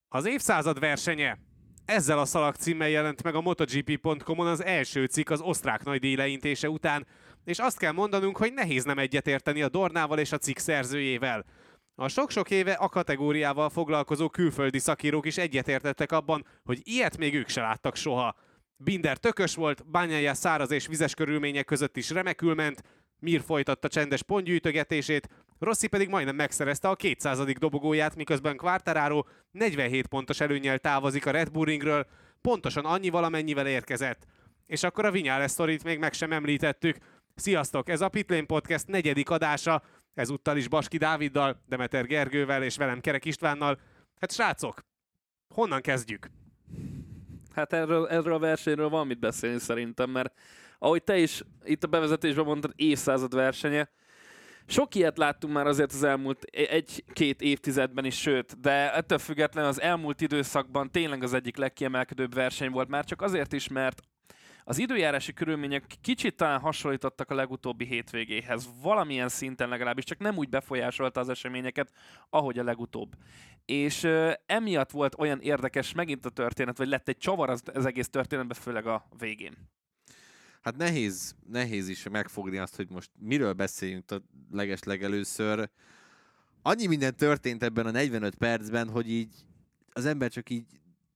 Az évszázad versenye. Ezzel a szalagcímmel jelent meg a MotoGP.com-on az első cikk az osztrák nagydíj leintése után, és azt kell mondanunk, hogy nehéz nem egyetérteni a Dornával és a cikk szerzőjével. A sok-sok éve a kategóriával foglalkozó külföldi szakírók is egyetértettek abban, hogy ilyet még ők se láttak soha. Binder tökös volt, Bagnaia száraz és vizes körülmények között is remekül ment, Mir folytatta csendes pontgyűjtögetését, Rossi pedig majdnem megszerezte a 200. dobogóját, miközben Quartararo 47 pontos előnnyel távozik a Red Bull Ringről, pontosan annyival, amennyivel érkezett. És akkor a Viñales sztorit még meg sem említettük. Sziasztok, ez a Pitlane Podcast 4. adása, ezúttal is Baski Dáviddal, Demeter Gergővel és velem Kerek Istvánnal. Hát srácok, honnan kezdjük? Hát erről a versenyről van mit beszélni szerintem, mert ahogy te is itt a bevezetésben mondtad, évszázad versenye. Sok ilyet láttunk már azért az elmúlt 1-2 évtizedben is, sőt, de ettől függetlenül az elmúlt időszakban tényleg az egyik legkiemelkedőbb verseny volt, már csak azért is, mert az időjárási körülmények kicsit talán hasonlítottak a legutóbbi hétvégéhez, valamilyen szinten legalábbis, csak nem úgy befolyásolta az eseményeket, ahogy a legutóbb. És emiatt volt olyan érdekes megint a történet, vagy lett egy csavar az egész történetben, főleg a végén. Hát nehéz is megfogni azt, hogy most miről beszéljünk a legelőször. Annyi minden történt ebben a 45 percben, hogy így az ember csak így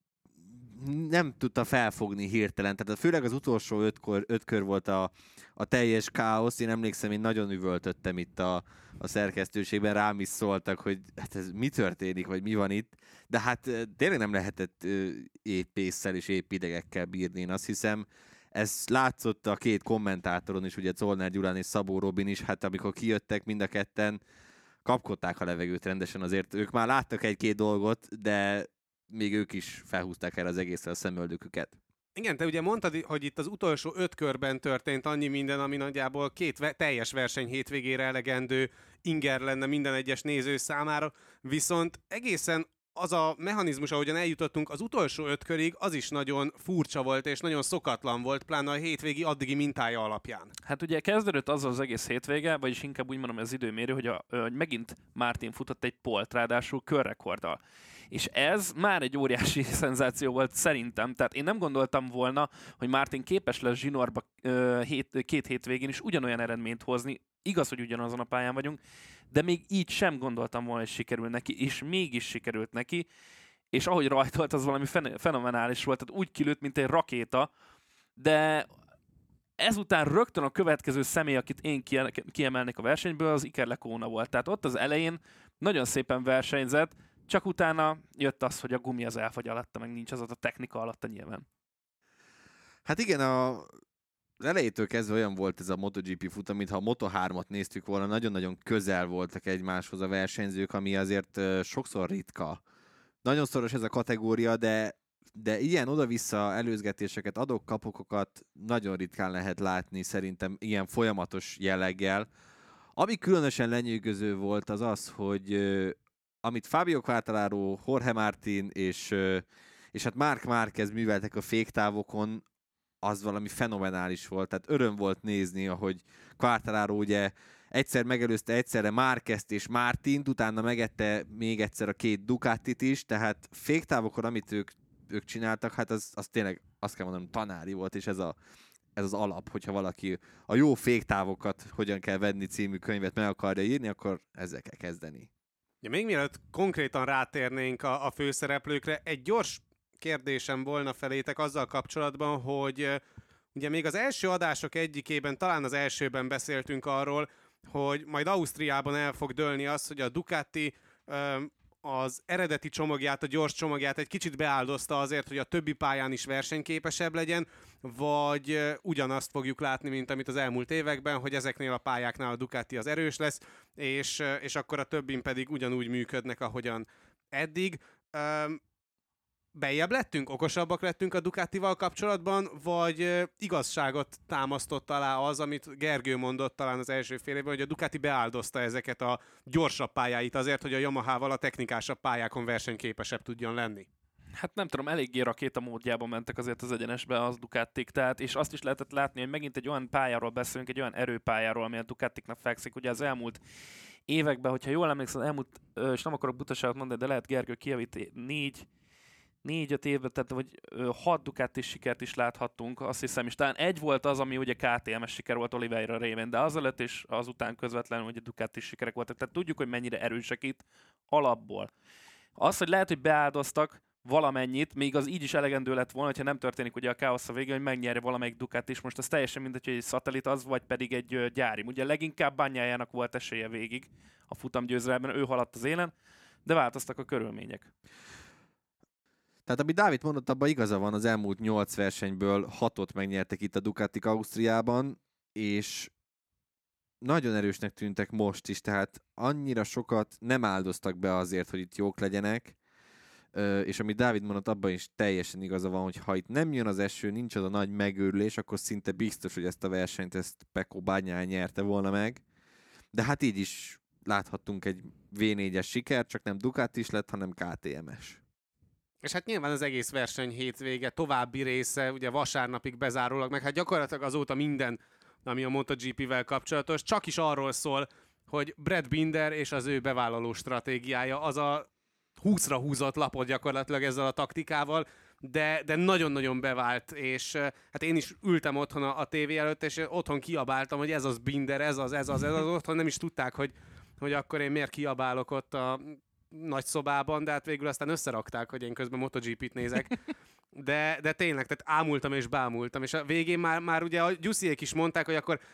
nem tudta felfogni hirtelen. Tehát főleg az utolsó 5 kör volt a teljes káosz. Én emlékszem, én nagyon üvöltöttem itt a szerkesztőségben, rám is szóltak, hogy hát ez mi történik, vagy mi van itt. De hát tényleg nem lehetett épp ésszel és épp idegekkel bírni. Én azt hiszem, ez látszott a két kommentátoron is, ugye Zollner Gyulán és Szabó Robin is, hát amikor kijöttek mind a ketten, kapkodták a levegőt rendesen, azért ők már láttak egy-két dolgot, de még ők is felhúzták el az egészre a szemöldöküket. Igen, te ugye mondtad, hogy itt az utolsó 5 körben történt annyi minden, ami nagyjából 2 teljes verseny hétvégére elegendő inger lenne minden egyes néző számára, viszont egészen az a mechanizmus, ahogyan eljutottunk az utolsó 5 körig, az is nagyon furcsa volt és nagyon szokatlan volt, pláne a hétvégi addigi mintája alapján. Hát ugye kezdődött azzal az egész hétvége, vagyis inkább úgy mondom az időmérő, hogy megint Martin futott egy polt, ráadásul körrekorddal. És ez már egy óriási szenzáció volt szerintem, tehát én nem gondoltam volna, hogy Martin képes lesz zsinórba 2 hétvégén is ugyanolyan eredményt hozni. Igaz, hogy ugyanazon a pályán vagyunk, de még így sem gondoltam volna, hogy sikerül neki, és mégis sikerült neki, és ahogy rajtolt, az valami fenomenális volt, tehát úgy kilőtt, mint egy rakéta, de ezután rögtön a következő személy, akit én kiemelnék a versenyből, az Iker Lecuona volt. Tehát ott az elején nagyon szépen versenyzett, csak utána jött az, hogy a gumi az elfogy alatta, meg nincs az ott a technika alatta nyilván. Hát igen, az elejétől kezdve olyan volt ez a MotoGP futam, mintha a Moto3-at néztük volna, nagyon-nagyon közel voltak egymáshoz a versenyzők, ami azért sokszor ritka. Nagyon szoros ez a kategória, de ilyen oda-vissza előzgetéseket, adok-kapokokat nagyon ritkán lehet látni szerintem ilyen folyamatos jelleggel. Ami különösen lenyűgöző volt az az, hogy amit Fabio Quartararo, Jorge Martin és hát Marc Márquez műveltek a féktávokon, az valami fenomenális volt. Tehát öröm volt nézni, ahogy Quartararo ugye egyszer megelőzte egyszerre Márquezt és Martint, utána megette még egyszer a 2 Ducatit is, tehát féktávokon, amit ők csináltak, hát az tényleg, azt kell mondanom, tanári volt, és ez az alap, hogyha valaki a jó féktávokat hogyan kell venni című könyvet meg akarja írni, akkor ezzel kell kezdeni. Ja, még mielőtt konkrétan rátérnénk a főszereplőkre, egy gyors kérdésem volna felétek azzal kapcsolatban, hogy ugye még az első adások egyikében, talán az elsőben beszéltünk arról, hogy majd Ausztriában el fog dőlni az, hogy a Ducati az eredeti csomagját, a gyors csomagját egy kicsit beáldozta azért, hogy a többi pályán is versenyképesebb legyen, vagy ugyanazt fogjuk látni, mint amit az elmúlt években, hogy ezeknél a pályáknál a Ducati az erős lesz, és akkor a többin pedig ugyanúgy működnek, ahogyan eddig. Bejjebb lettünk, okosabbak lettünk a Ducatival kapcsolatban, vagy igazságot támasztott alá az, amit Gergő mondott talán az első fél évben, hogy a Ducati beáldozta ezeket a gyorsabb pályáit azért, hogy a Yamahával a technikásabb pályákon versenyképesebb tudjon lenni? Hát nem tudom, eléggé rakéta módjában mentek azért az egyenesbe az Ducatik, tehát, és azt is lehetett látni, hogy megint egy olyan pályáról beszélünk, egy olyan erőpályáról, ami a Ducatiknak fekszik. Ugye az elmúlt években, hogyha jól emlékszem, és nem akarok butaságot mondani, de lehet Gergő kijavít, 4-5 évben, tehát vagy 6 Ducatis sikert is láthattunk, azt hiszem, és talán egy volt az, ami ugye KTM-es siker volt Oliveira révén, de azelőtt és azután közvetlenül ugye Ducatis sikerek voltak, tehát tudjuk, hogy mennyire erősek itt alapból. Az, hogy lehet, hogy beáldoztak valamennyit, még az így is elegendő lett volna, hogyha nem történik ugye a káosz a végén, hogy megnyerje valamelyik Ducatis, most az teljesen mindegy, hogy egy szatellit az, vagy pedig egy gyári. Ugye leginkább Bagnajának volt esélye végig a futamgyőzelemben, ő haladt az élen, de változtak a körülmények. Tehát ami Dávid mondott, abban igaza van, az elmúlt 8 versenyből 6-ot megnyertek itt a Ducatik Ausztriában, és nagyon erősnek tűntek most is, tehát annyira sokat nem áldoztak be azért, hogy itt jók legyenek, és amit Dávid mondott, abban is teljesen igaza van, hogy ha itt nem jön az eső, nincs az a nagy megőrülés, akkor szinte biztos, hogy ezt a versenyt Pecco Bagnaia nyerte volna meg, de hát így is láthattunk egy V4-es sikert, csak nem Ducatis lett, hanem KTM-es. És hát nyilván az egész verseny hétvége, további része, ugye vasárnapig bezárólag, meg hát gyakorlatilag azóta minden, ami a MotoGP-vel kapcsolatos, csak is arról szól, hogy Brad Binder és az ő bevállaló stratégiája, az a 20-ra húzott lapot gyakorlatilag ezzel a taktikával, de nagyon-nagyon bevált, és hát én is ültem otthon a tévé előtt, és otthon kiabáltam, hogy ez az Binder, ez az, otthon nem is tudták, hogy akkor én miért kiabálok ott a nagy szobában, de hát végül aztán összerakták, hogy én közben MotoGP-t nézek. De tényleg, tehát ámultam és bámultam, és a végén már ugye a Gyusziék is mondták, hogy akkor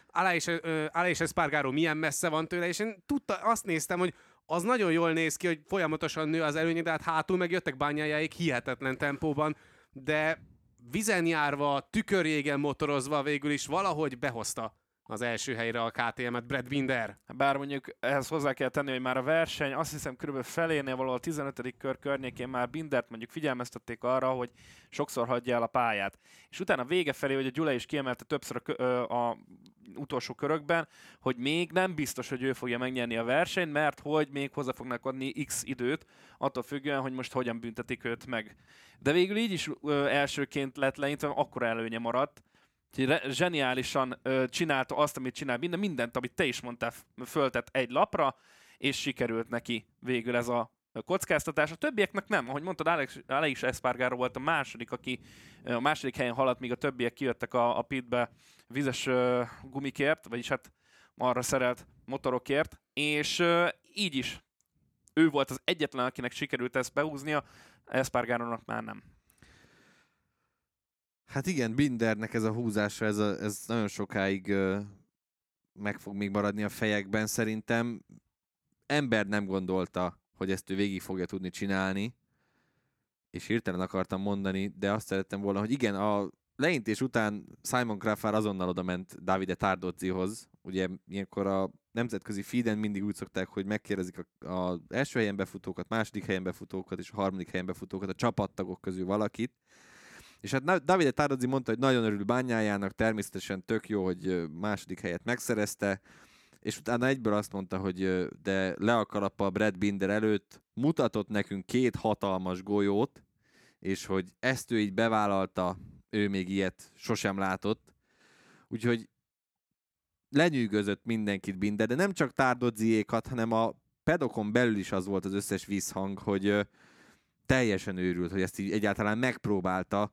Aleix Espargaró milyen messze van tőle, és én azt néztem, hogy az nagyon jól néz ki, hogy folyamatosan nő az előnye, de hát hátul megjöttek Bagnajáék hihetetlen tempóban, de vizen járva, tükörjégen motorozva végül is valahogy behozta az első helyre a KTM-et Brad Binder. Bár mondjuk ehhez hozzá kell tenni, hogy már a verseny, azt hiszem körülbelül felénél valahol a 15. kör környékén már Bindert mondjuk figyelmeztették arra, hogy sokszor hagyja el a pályát. És utána vége felé, hogy a Gyula is kiemelte többször a utolsó körökben, hogy még nem biztos, hogy ő fogja megnyerni a versenyt, mert hogy még hozzá fognak adni X időt, attól függően, hogy most hogyan büntetik őt meg. De végül így is elsőként lett leintve, akkora előnye maradt, zseniálisan csinálta azt, amit csinál mindent, amit te is mondtál, föltett egy lapra, és sikerült neki végül ez a kockáztatás. A többieknek nem. Ahogy mondtad, Aleix Espargaró volt a második, aki a második helyen haladt, míg a többiek kijöttek a pitbe vizes gumikért, vagyis hát arra szerelt motorokért, és így is ő volt az egyetlen, akinek sikerült ezt behúznia, Espargarónak már nem. Hát igen, Bindernek ez a húzása, ez nagyon sokáig meg fog még maradni a fejekben szerintem. Ember nem gondolta, hogy ezt ő végig fogja tudni csinálni, és hirtelen akartam mondani, de azt szerettem volna, hogy igen, a leintés után Simon Craft azonnal oda ment Davide Tardozzihoz. Ugye ilyenkor a nemzetközi feeden mindig úgy szokták, hogy megkérdezik az első helyen befutókat, második helyen befutókat és a harmadik helyen befutókat, a csapattagok közül valakit. És hát Davide Tardozzi mondta, hogy nagyon örül Bagnajának, természetesen tök jó, hogy második helyet megszerezte, és utána egyből azt mondta, hogy de le a kalappal Brad Binder előtt, mutatott nekünk 2 hatalmas golyót, és hogy ezt ő így bevállalta, ő még ilyet sosem látott. Úgyhogy lenyűgözött mindenkit Binder, de nem csak Tardozziékat, hanem a pedokon belül is az volt az összes visszhang, hogy teljesen őrült, hogy ezt így egyáltalán megpróbálta.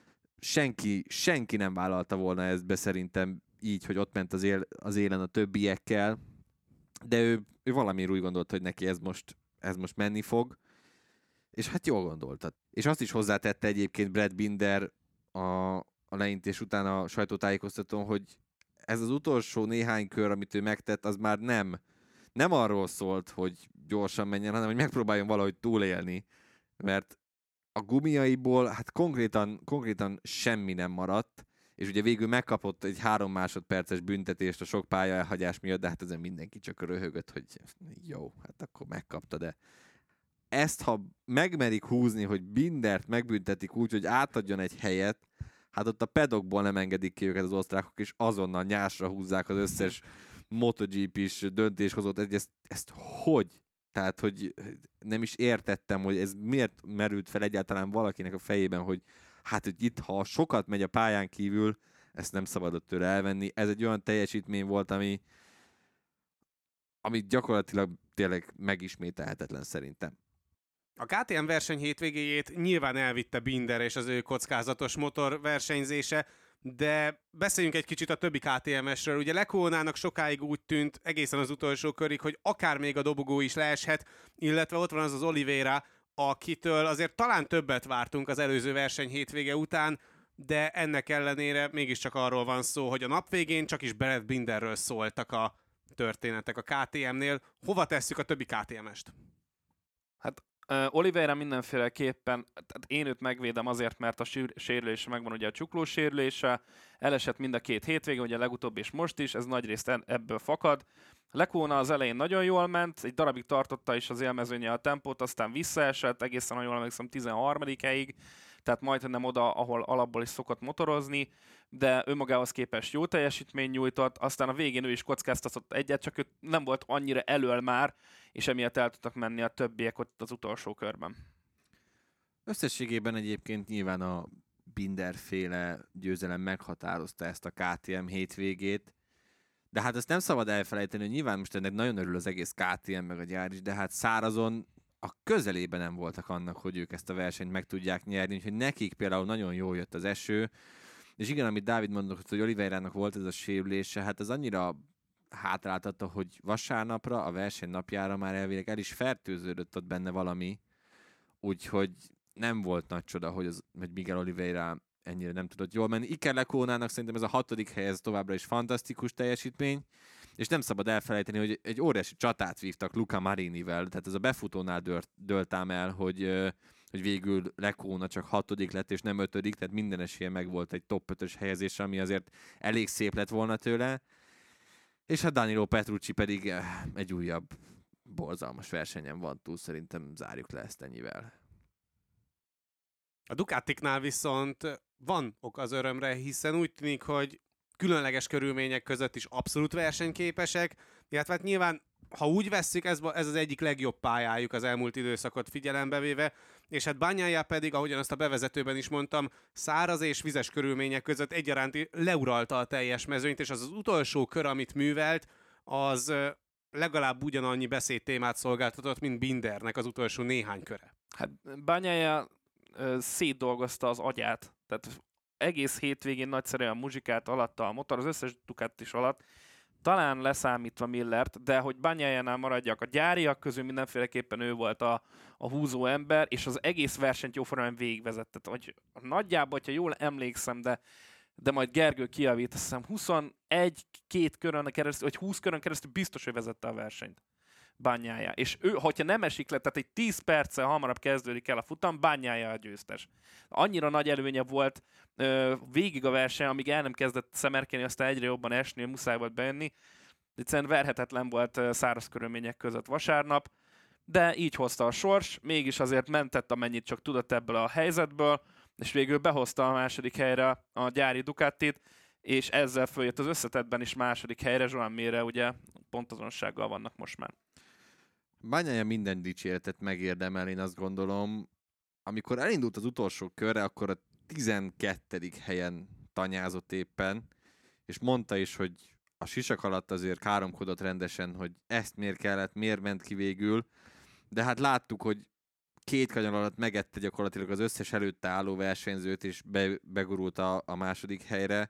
Senki nem vállalta volna ezt be szerintem így, hogy ott ment az élen a többiekkel, de ő valamiért úgy gondolta, hogy neki ez most menni fog, és hát jól gondolta. És azt is hozzátette egyébként Brad Binder a leintés után a sajtótájékoztatón, hogy ez az utolsó néhány kör, amit ő megtett, az már nem arról szólt, hogy gyorsan menjen, hanem hogy megpróbáljon valahogy túlélni, mert a gumiaiból hát konkrétan semmi nem maradt, és ugye végül megkapott egy 3 másodperces büntetést a sok pálya elhagyás miatt, de hát ezen mindenki csak röhögött, hogy jó, hát akkor megkapta, de ezt, ha megmerik húzni, hogy Bindert megbüntetik úgy, hogy átadjon egy helyet, hát ott a pedokból nem engedik ki őket az osztrákok, és azonnal nyásra húzzák az összes MotoGP-s döntéshozót, ezt hogy? Tehát, hogy nem is értettem, hogy ez miért merült fel egyáltalán valakinek a fejében, hogy hát, hogy itt, ha sokat megy a pályán kívül, ezt nem szabadott tőle elvenni. Ez egy olyan teljesítmény volt, ami gyakorlatilag tényleg megismételhetetlen szerintem. A KTM verseny hétvégéjét nyilván elvitte Binder és az ő kockázatos motor versenyzése, de beszéljünk egy kicsit a többi KTM-esről. Ugye Lecounának sokáig úgy tűnt, egészen az utolsó körig, hogy akár még a dobogó is leeshet, illetve ott van az Oliveira, akitől azért talán többet vártunk az előző verseny hétvége után, de ennek ellenére mégiscsak arról van szó, hogy a nap végén csak is Brad Binderről szóltak a történetek a KTM-nél. Hova tesszük a többi KTM-est? Hát Oliveira mindenféleképpen, tehát én őt megvédem azért, mert a sérülése megvan, ugye a csuklós sérülése, elesett mind a két hétvégén, ugye legutóbb és most is, ez nagyrészt ebből fakad. Lecouna az elején nagyon jól ment, egy darabig tartotta is az élmezőnye a tempót, aztán visszaesett, egészen jól emlékszem 13. helyig, tehát majdnem oda, ahol alapból is szokott motorozni, de önmagához képest jó teljesítmény nyújtott, aztán a végén ő is kockáztatott egyet, csak ő nem volt annyira elől már, és emiatt el tudtak menni a többiek ott az utolsó körben. Összességében egyébként nyilván a Binder-féle győzelem meghatározta ezt a KTM hétvégét, de hát ezt nem szabad elfelejteni, hogy nyilván most ennek nagyon örül az egész KTM meg a gyár is, de hát szárazon a közelében nem voltak annak, hogy ők ezt a versenyt meg tudják nyerni, úgyhogy nekik például nagyon jól jött az eső, és igen, amit Dávid mondott, hogy Oliveirának volt ez a sérülése, hát ez annyira hátráltatta, hogy vasárnapra, a verseny napjára már elvileg el is fertőződött ott benne valami, úgyhogy nem volt nagy csoda, hogy Miguel Oliveira ennyire nem tudott jól menni. Iker Lecounának szerintem ez a 6. hely, ez továbbra is fantasztikus teljesítmény, és nem szabad elfelejteni, hogy egy óriási csatát vívtak Luca Marinivel, tehát ez a befutónál dőlt ám el, hogy végül Lecouna csak 6. lett, és nem 5., tehát minden esélye megvolt egy top 5-ös helyezésre, ami azért elég szép lett volna tőle. És hát Danilo Petrucci pedig egy újabb borzalmas versenyen van túl, szerintem zárjuk le ezt ennyivel. A Ducatiknál viszont van ok az örömre, hiszen úgy tűnik, hogy különleges körülmények között is abszolút versenyképesek, illetve hát nyilván, ha úgy vesszük, ez az egyik legjobb pályájuk az elmúlt időszakot figyelembe véve, és hát Bagnaia pedig, ahogyan azt a bevezetőben is mondtam, száraz és vizes körülmények között egyaránt leuralta a teljes mezőnyt, és az utolsó kör, amit művelt, az legalább ugyanannyi beszédtémát szolgáltatott, mint Bindernek az utolsó néhány köre. Hát Bagnaia szétdolgozta az agyát, tehát egész hétvégén nagyszerűen muzsikát alatta a motor, az összes Ducati is alatt, talán leszámítva Millert, de hogy Bagnaia-nál maradjak, a gyáriak közül mindenféleképpen ő volt a húzó ember, és az egész versenyt jóformán végigvezette. Hogy nagyjából, hogyha jól emlékszem, de majd Gergő kijavít, azt hiszem 21-2 körön keresztül, vagy 20 körön keresztül biztos, hogy vezette a versenyt. Bagnaia. És ő, hogyha nem esik le, tehát egy 10 perccel hamarabb kezdődik el a futam, Bagnaia a győztes. Annyira nagy előnye volt végig a verseny, amíg el nem kezdett szemerkelni, aztán egyre jobban esni, muszáj volt bejönni. Egyszerűen verhetetlen volt száraz körülmények között vasárnap, de így hozta a sors, mégis azért mentett, amennyit csak tudott ebből a helyzetből, és végül behozta a második helyre a gyári Ducatit, és ezzel följött az összetettben is második helyre, Joan Mir-re ugye pontazonossággal vannak most már. Bagnaia minden dicséretet megérdemel, én azt gondolom. Amikor elindult az utolsó körre, akkor a 12. helyen tanyázott éppen, és mondta is, hogy a sisak alatt azért káromkodott rendesen, hogy ezt miért kellett, miért ment ki végül, de hát láttuk, hogy 2 kanyar alatt megette gyakorlatilag az összes előtte álló versenyzőt, és begurult a második helyre.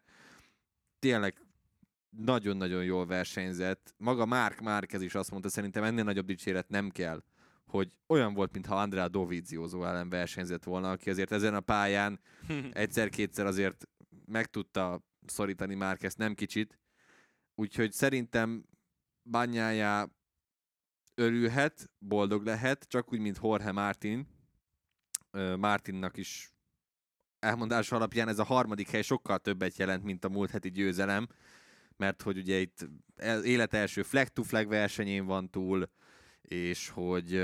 Tényleg nagyon-nagyon jól versenyzett. Maga Marc Márquez is azt mondta, szerintem ennél nagyobb dicséret nem kell, hogy olyan volt, mintha Andrea Dovizioso ellen versenyzett volna, aki azért ezen a pályán egyszer-kétszer azért meg tudta szorítani Márquezt, nem kicsit. Úgyhogy szerintem Bagnaia örülhet, boldog lehet, csak úgy, mint Jorge Martin. Martinnak is elmondása alapján ez a 3. hely sokkal többet jelent, mint a múlt heti győzelem, mert hogy ugye itt élet első flag-to-flag versenyén van túl, és hogy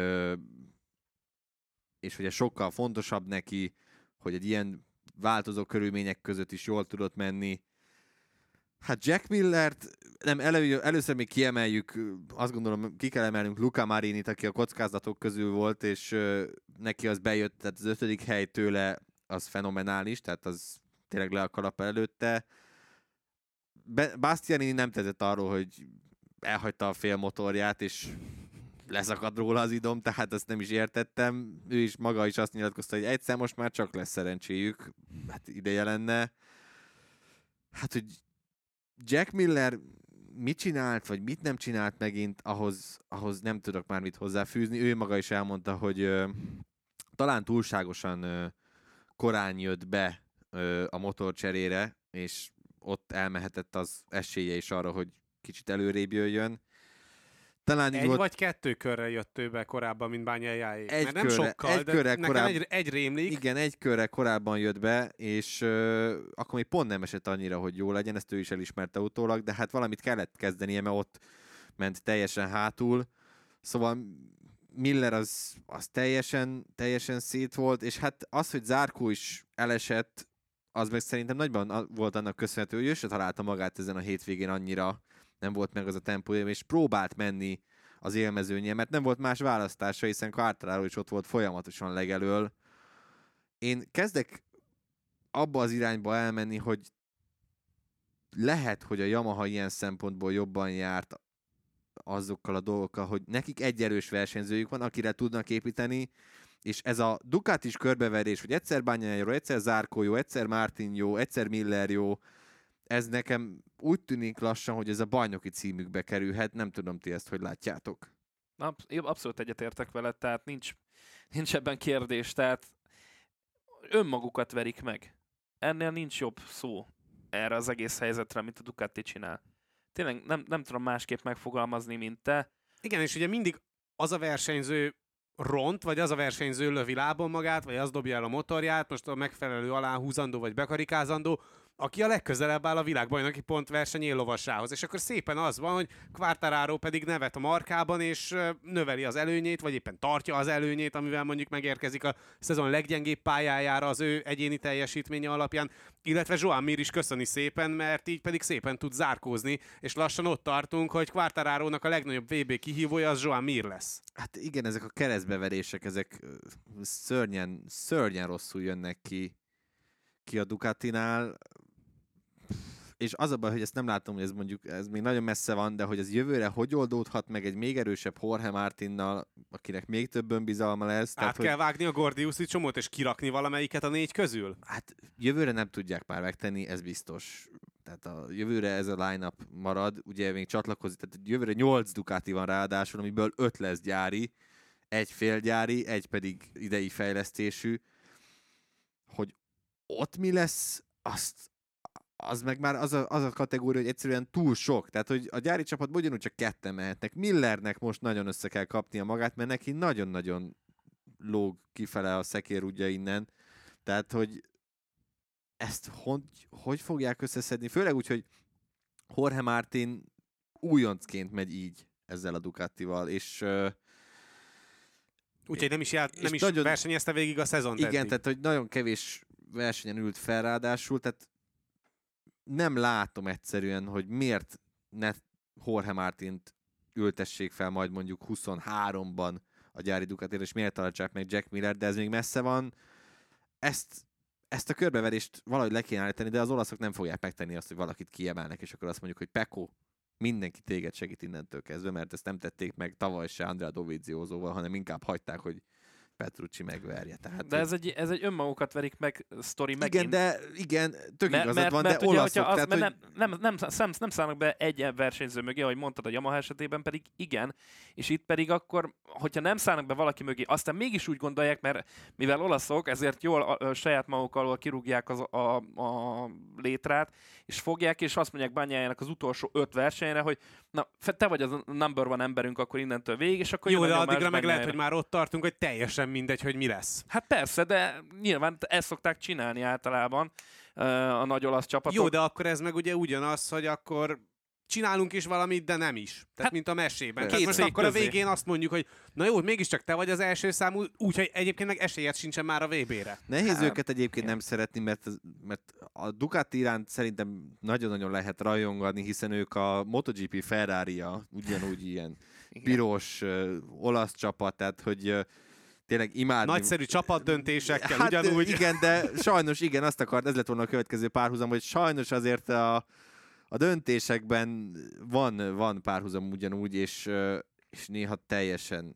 ez sokkal fontosabb neki, hogy egy ilyen változó körülmények között is jól tudott menni. Hát Jack Millert nem, először még kiemeljük, azt gondolom, ki kell emelnünk Luca Marinit, aki a kockázatok közül volt, és neki az bejött, tehát az 5. hely tőle az fenomenális, tehát az tényleg le a kalappal előtte. Bastianini nem tetett arról, hogy elhagyta a fél motorját, és leszakadt róla az idom, tehát ezt nem is értettem. Ő is maga is azt nyilatkozta, hogy egyszer most már csak lesz szerencséjük. Hát ideje lenne. Hát, hogy Jack Miller mit csinált, vagy mit nem csinált megint, ahhoz nem tudok már mit hozzáfűzni. Ő maga is elmondta, hogy talán túlságosan korán jött be a motorcserére, és ott elmehetett az esélye is arra, hogy kicsit előrébb jöjjön. Talán egy vagy 2 körrel jött ő be korábban, mint Bagnaia-ék. Mert nem sokkal, de nekem egy rémlik. Igen, egy körrel korábban jött be, és akkor még pont nem esett annyira, hogy jó legyen, ezt ő is elismerte utólag, de hát valamit kellett kezdenie, mert ott ment teljesen hátul. Szóval Miller az teljesen szét volt, és hát az, hogy Zarco is elesett, az meg szerintem nagyban volt annak köszönhető, hogy ő se találta magát ezen a hétvégén annyira, nem volt meg az a tempója, és próbált menni az élmezőnyel, mert nem volt más választása, hiszen Quartararo is ott volt folyamatosan legelől. Én kezdek abba az irányba elmenni, hogy lehet, hogy a Yamaha ilyen szempontból jobban járt azokkal a dolgokkal, hogy nekik egy erős versenyzőjük van, akire tudnak építeni, és ez a Ducatis körbeverés, hogy egyszer Bagnaia jó, egyszer Zarco jó, egyszer Martin jó, egyszer Miller jó, ez nekem úgy tűnik lassan, hogy ez a bajnoki címükbe kerülhet, nem tudom, ti ezt hogy látjátok. Abszolút egyetértek veled, tehát nincs ebben kérdés, tehát önmagukat verik meg. Ennél nincs jobb szó erre az egész helyzetre, mint a Ducati csinál. Tényleg nem tudom másképp megfogalmazni, mint te. Igen, és ugye mindig az a versenyző ront, vagy az a versenyző lövi lábon magát, vagy az dobja el a motorját, most a megfelelő aláhúzandó, vagy bekarikázandó, aki a legközelebb áll a világbajnoki pontverseny éllovasához. És akkor szépen az van, hogy Quartararo pedig nevet a markában, és növeli az előnyét, vagy éppen tartja az előnyét, amivel mondjuk megérkezik a szezon leggyengébb pályájára az ő egyéni teljesítménye alapján, illetve Joan Mir is köszöni szépen, mert így pedig szépen tud zárkózni, és lassan ott tartunk, hogy Quartararónak a legnagyobb VB kihívója az Joan Mir lesz. Hát igen, ezek a keresztbeverések, ezek szörnyen rosszul jönnek ki a Ducatinál, és az a baj, hogy ezt nem látom, hogy ez még nagyon messze van, de hogy ez jövőre hogy oldódhat meg egy még erősebb Jorge Martinnal, akinek még több önbizalma lesz. Tehát, kell vágni a Gordiuszi csomót, és kirakni valamelyiket a 4 közül? Hát jövőre nem tudják már megtenni, ez biztos. Tehát a jövőre ez a line-up marad, ugye még csatlakozik, tehát jövőre 8 Ducati van ráadásul, amiből 5 lesz gyári, 1 félgyári, 1 pedig idei fejlesztésű. Hogy ott mi lesz, az meg már az a kategória, hogy egyszerűen túl sok. Tehát, hogy a gyári csapatban ugyanúgy csak 2 mehetnek. Millernek most nagyon össze kell kapnia magát, mert neki nagyon-nagyon lóg kifele a szekérudja innen. Tehát, hogy ezt hogy fogják összeszedni? Főleg úgy, hogy Jorge Martin újoncként megy így ezzel a Ducatival, és úgyhogy nem is nagyon, versenyezte végig a szezont. igen, eddig. Tehát, hogy nagyon kevés versenyen ült fel ráadásul, tehát nem látom egyszerűen, hogy miért ne Jorge Martint ültessék fel majd mondjuk 23-ban a gyári Ducatira, és miért tartsák meg Jack Miller, de ez még messze van. Ezt a körbeverést valahogy le kéne állítani, de az olaszok nem fogják megtenni azt, hogy valakit kiemelnek, és akkor azt mondjuk, hogy Pecco, mindenki téged segít innentől kezdve, mert ezt nem tették meg tavaly se Andrea Doviziosoval, hanem inkább hagyták, hogy Petrucci megverje. Tehát, de ez egy önmagukat verik meg sztori megint. Igen, tök igazad van, de olaszok. Az, tehát, nem szállnak be egy versenyző mögé, ahogy mondtad a Yamaha esetében, pedig igen, és itt pedig akkor, hogyha nem szállnak be valaki mögé, aztán mégis úgy gondolják, mert mivel olaszok, ezért jól saját maguk alól kirúgják a létrát, és fogják, és azt mondják Bagnaia-nak az utolsó 5 versenyre, hogy na, te vagy az number one emberünk akkor innentől végig, és akkor jó, de addigra meg lehet, hogy már ott tartunk, hogy teljesen mindegy, hogy mi lesz. Hát persze, de nyilván ezt szokták csinálni általában a nagy olasz csapatok. Jó, de akkor ez meg ugye ugyanaz, hogy akkor csinálunk is valamit, de nem is. Tehát hát, mint a mesében. Tehát most akkor a végén azt mondjuk, hogy na jó, mégiscsak te vagy az első számú, úgyhogy egyébként meg esélyed sincsen már a VB-re. Nehéz őket egyébként nem szeretni, mert a Ducati iránt szerintem nagyon-nagyon lehet rajongani, hiszen ők a MotoGP Ferrari-a, ugyanúgy ilyen piros olasz csapat, tehát hogy tényleg imádni. Nagyszerű csapatdöntésekkel, hát, ugyanúgy. Igen, de sajnos igen, azt akart, ez lett volna a következő párhuzam, hogy sajnos azért a döntésekben van párhuzam ugyanúgy, és És néha teljesen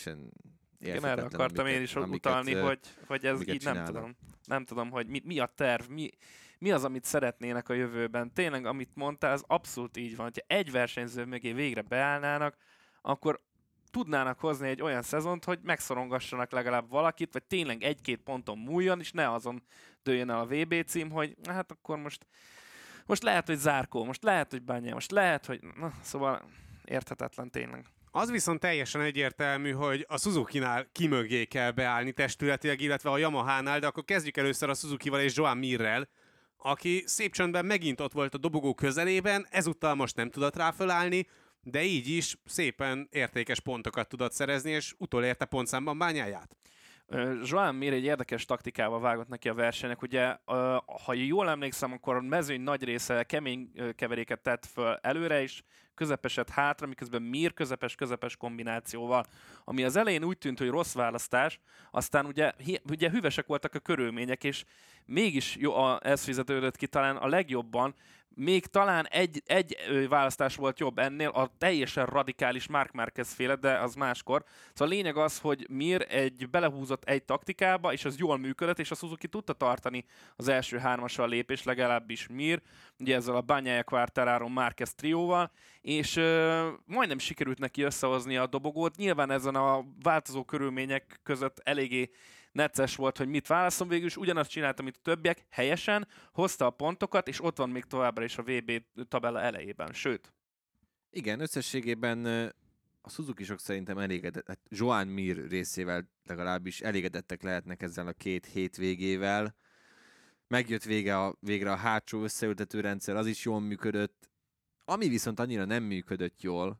igen, erre akartam én is utalni, hogy ez így nem tudom, hogy mi a terv, mi az, amit szeretnének a jövőben. Tényleg, amit mondtál, az abszolút így van. Ha egy versenyző mögé végre beállnának, akkor tudnának hozni egy olyan szezont, hogy megszorongassanak legalább valakit, vagy tényleg egy-két ponton múljon, és ne azon dőljön el a VB cím, hogy hát akkor most lehet, hogy Zarco, most lehet, hogy Bagnaia, most lehet, hogy... Na, szóval érthetetlen tényleg. Az viszont teljesen egyértelmű, hogy a Suzuki-nál ki mögé kell beállni testületileg, illetve a Yamaha-nál, de akkor kezdjük először a Suzuki-val és Joan Mirrel, aki szép csöndben megint ott volt a dobogó közelében, ezúttal most nem tudott rá fölállni, de így is szépen értékes pontokat tudott szerezni, és utolérte pontszámban Bagnaia-ját. Joan Mir egy érdekes taktikával vágott neki a versenynek. Ugye, ha jól emlékszem, akkor a mezőny nagy része kemény keveréket tett föl előre, és közepeset hátra, miközben Mir közepes kombinációval, ami az elején úgy tűnt, hogy rossz választás, aztán ugye hűvösek voltak a körülmények, és mégis ez fizetődött ki talán a legjobban. Még talán egy választás volt jobb ennél, a teljesen radikális Marc Márquez féle, de az máskor. Szóval a lényeg az, hogy Mir belehúzott egy taktikába, és az jól működött, és a Suzuki tudta tartani az első hármassal lépés, legalábbis Mir, ugye ezzel a Bagnaia, Quartararo, Márquez trióval, és majdnem sikerült neki összehozni a dobogót. Nyilván ezen a változó körülmények között eléggé necces volt, hogy mit válaszol, végül is ugyanazt csinálta, mint a többiek, helyesen, hozta a pontokat, és ott van még továbbra is a VB tabella elejében, sőt. Igen, összességében a Suzuki-sok szerintem elégedett, Joan Mir részével legalábbis elégedettek lehetnek ezzel a két hétvégével. Megjött végre a hátsó összeültető rendszer, az is jól működött. Ami viszont annyira nem működött jól,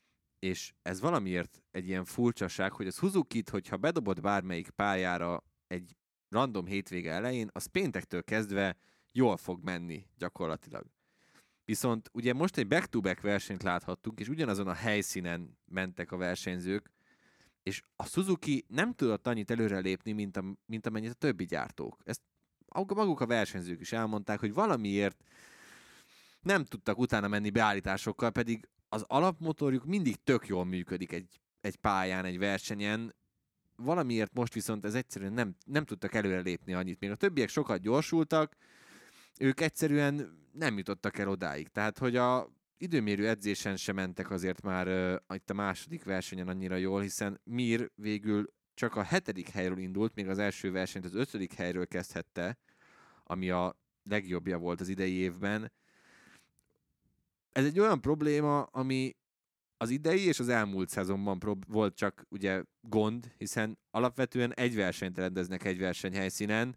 és ez valamiért egy ilyen furcsaság, hogy a Suzukit, hogyha bedobott bármelyik pályára egy random hétvége elején, az péntektől kezdve jól fog menni gyakorlatilag. Viszont ugye most egy back-to-back versenyt láthattunk, és ugyanazon a helyszínen mentek a versenyzők, és a Suzuki nem tudott annyit előrelépni, mint amennyit a többi gyártók. Ezt maguk a versenyzők is elmondták, hogy valamiért nem tudtak utána menni beállításokkal, pedig az alapmotorjuk mindig tök jól működik egy pályán, egy versenyen. Valamiért most viszont ez egyszerűen nem tudtak előrelépni annyit. Még a többiek sokat gyorsultak, ők egyszerűen nem jutottak el odáig. Tehát, hogy a időmérő edzésen sem mentek azért már itt a második versenyen annyira jól, hiszen Mir végül csak a 7. helyről indult, még az első versenyt az 5. helyről kezdhette, ami a legjobbja volt az idei évben. Ez egy olyan probléma, ami az idei és az elmúlt szezonban volt csak ugye gond, hiszen alapvetően egy versenyt rendeznek egy versenyhelyszínen,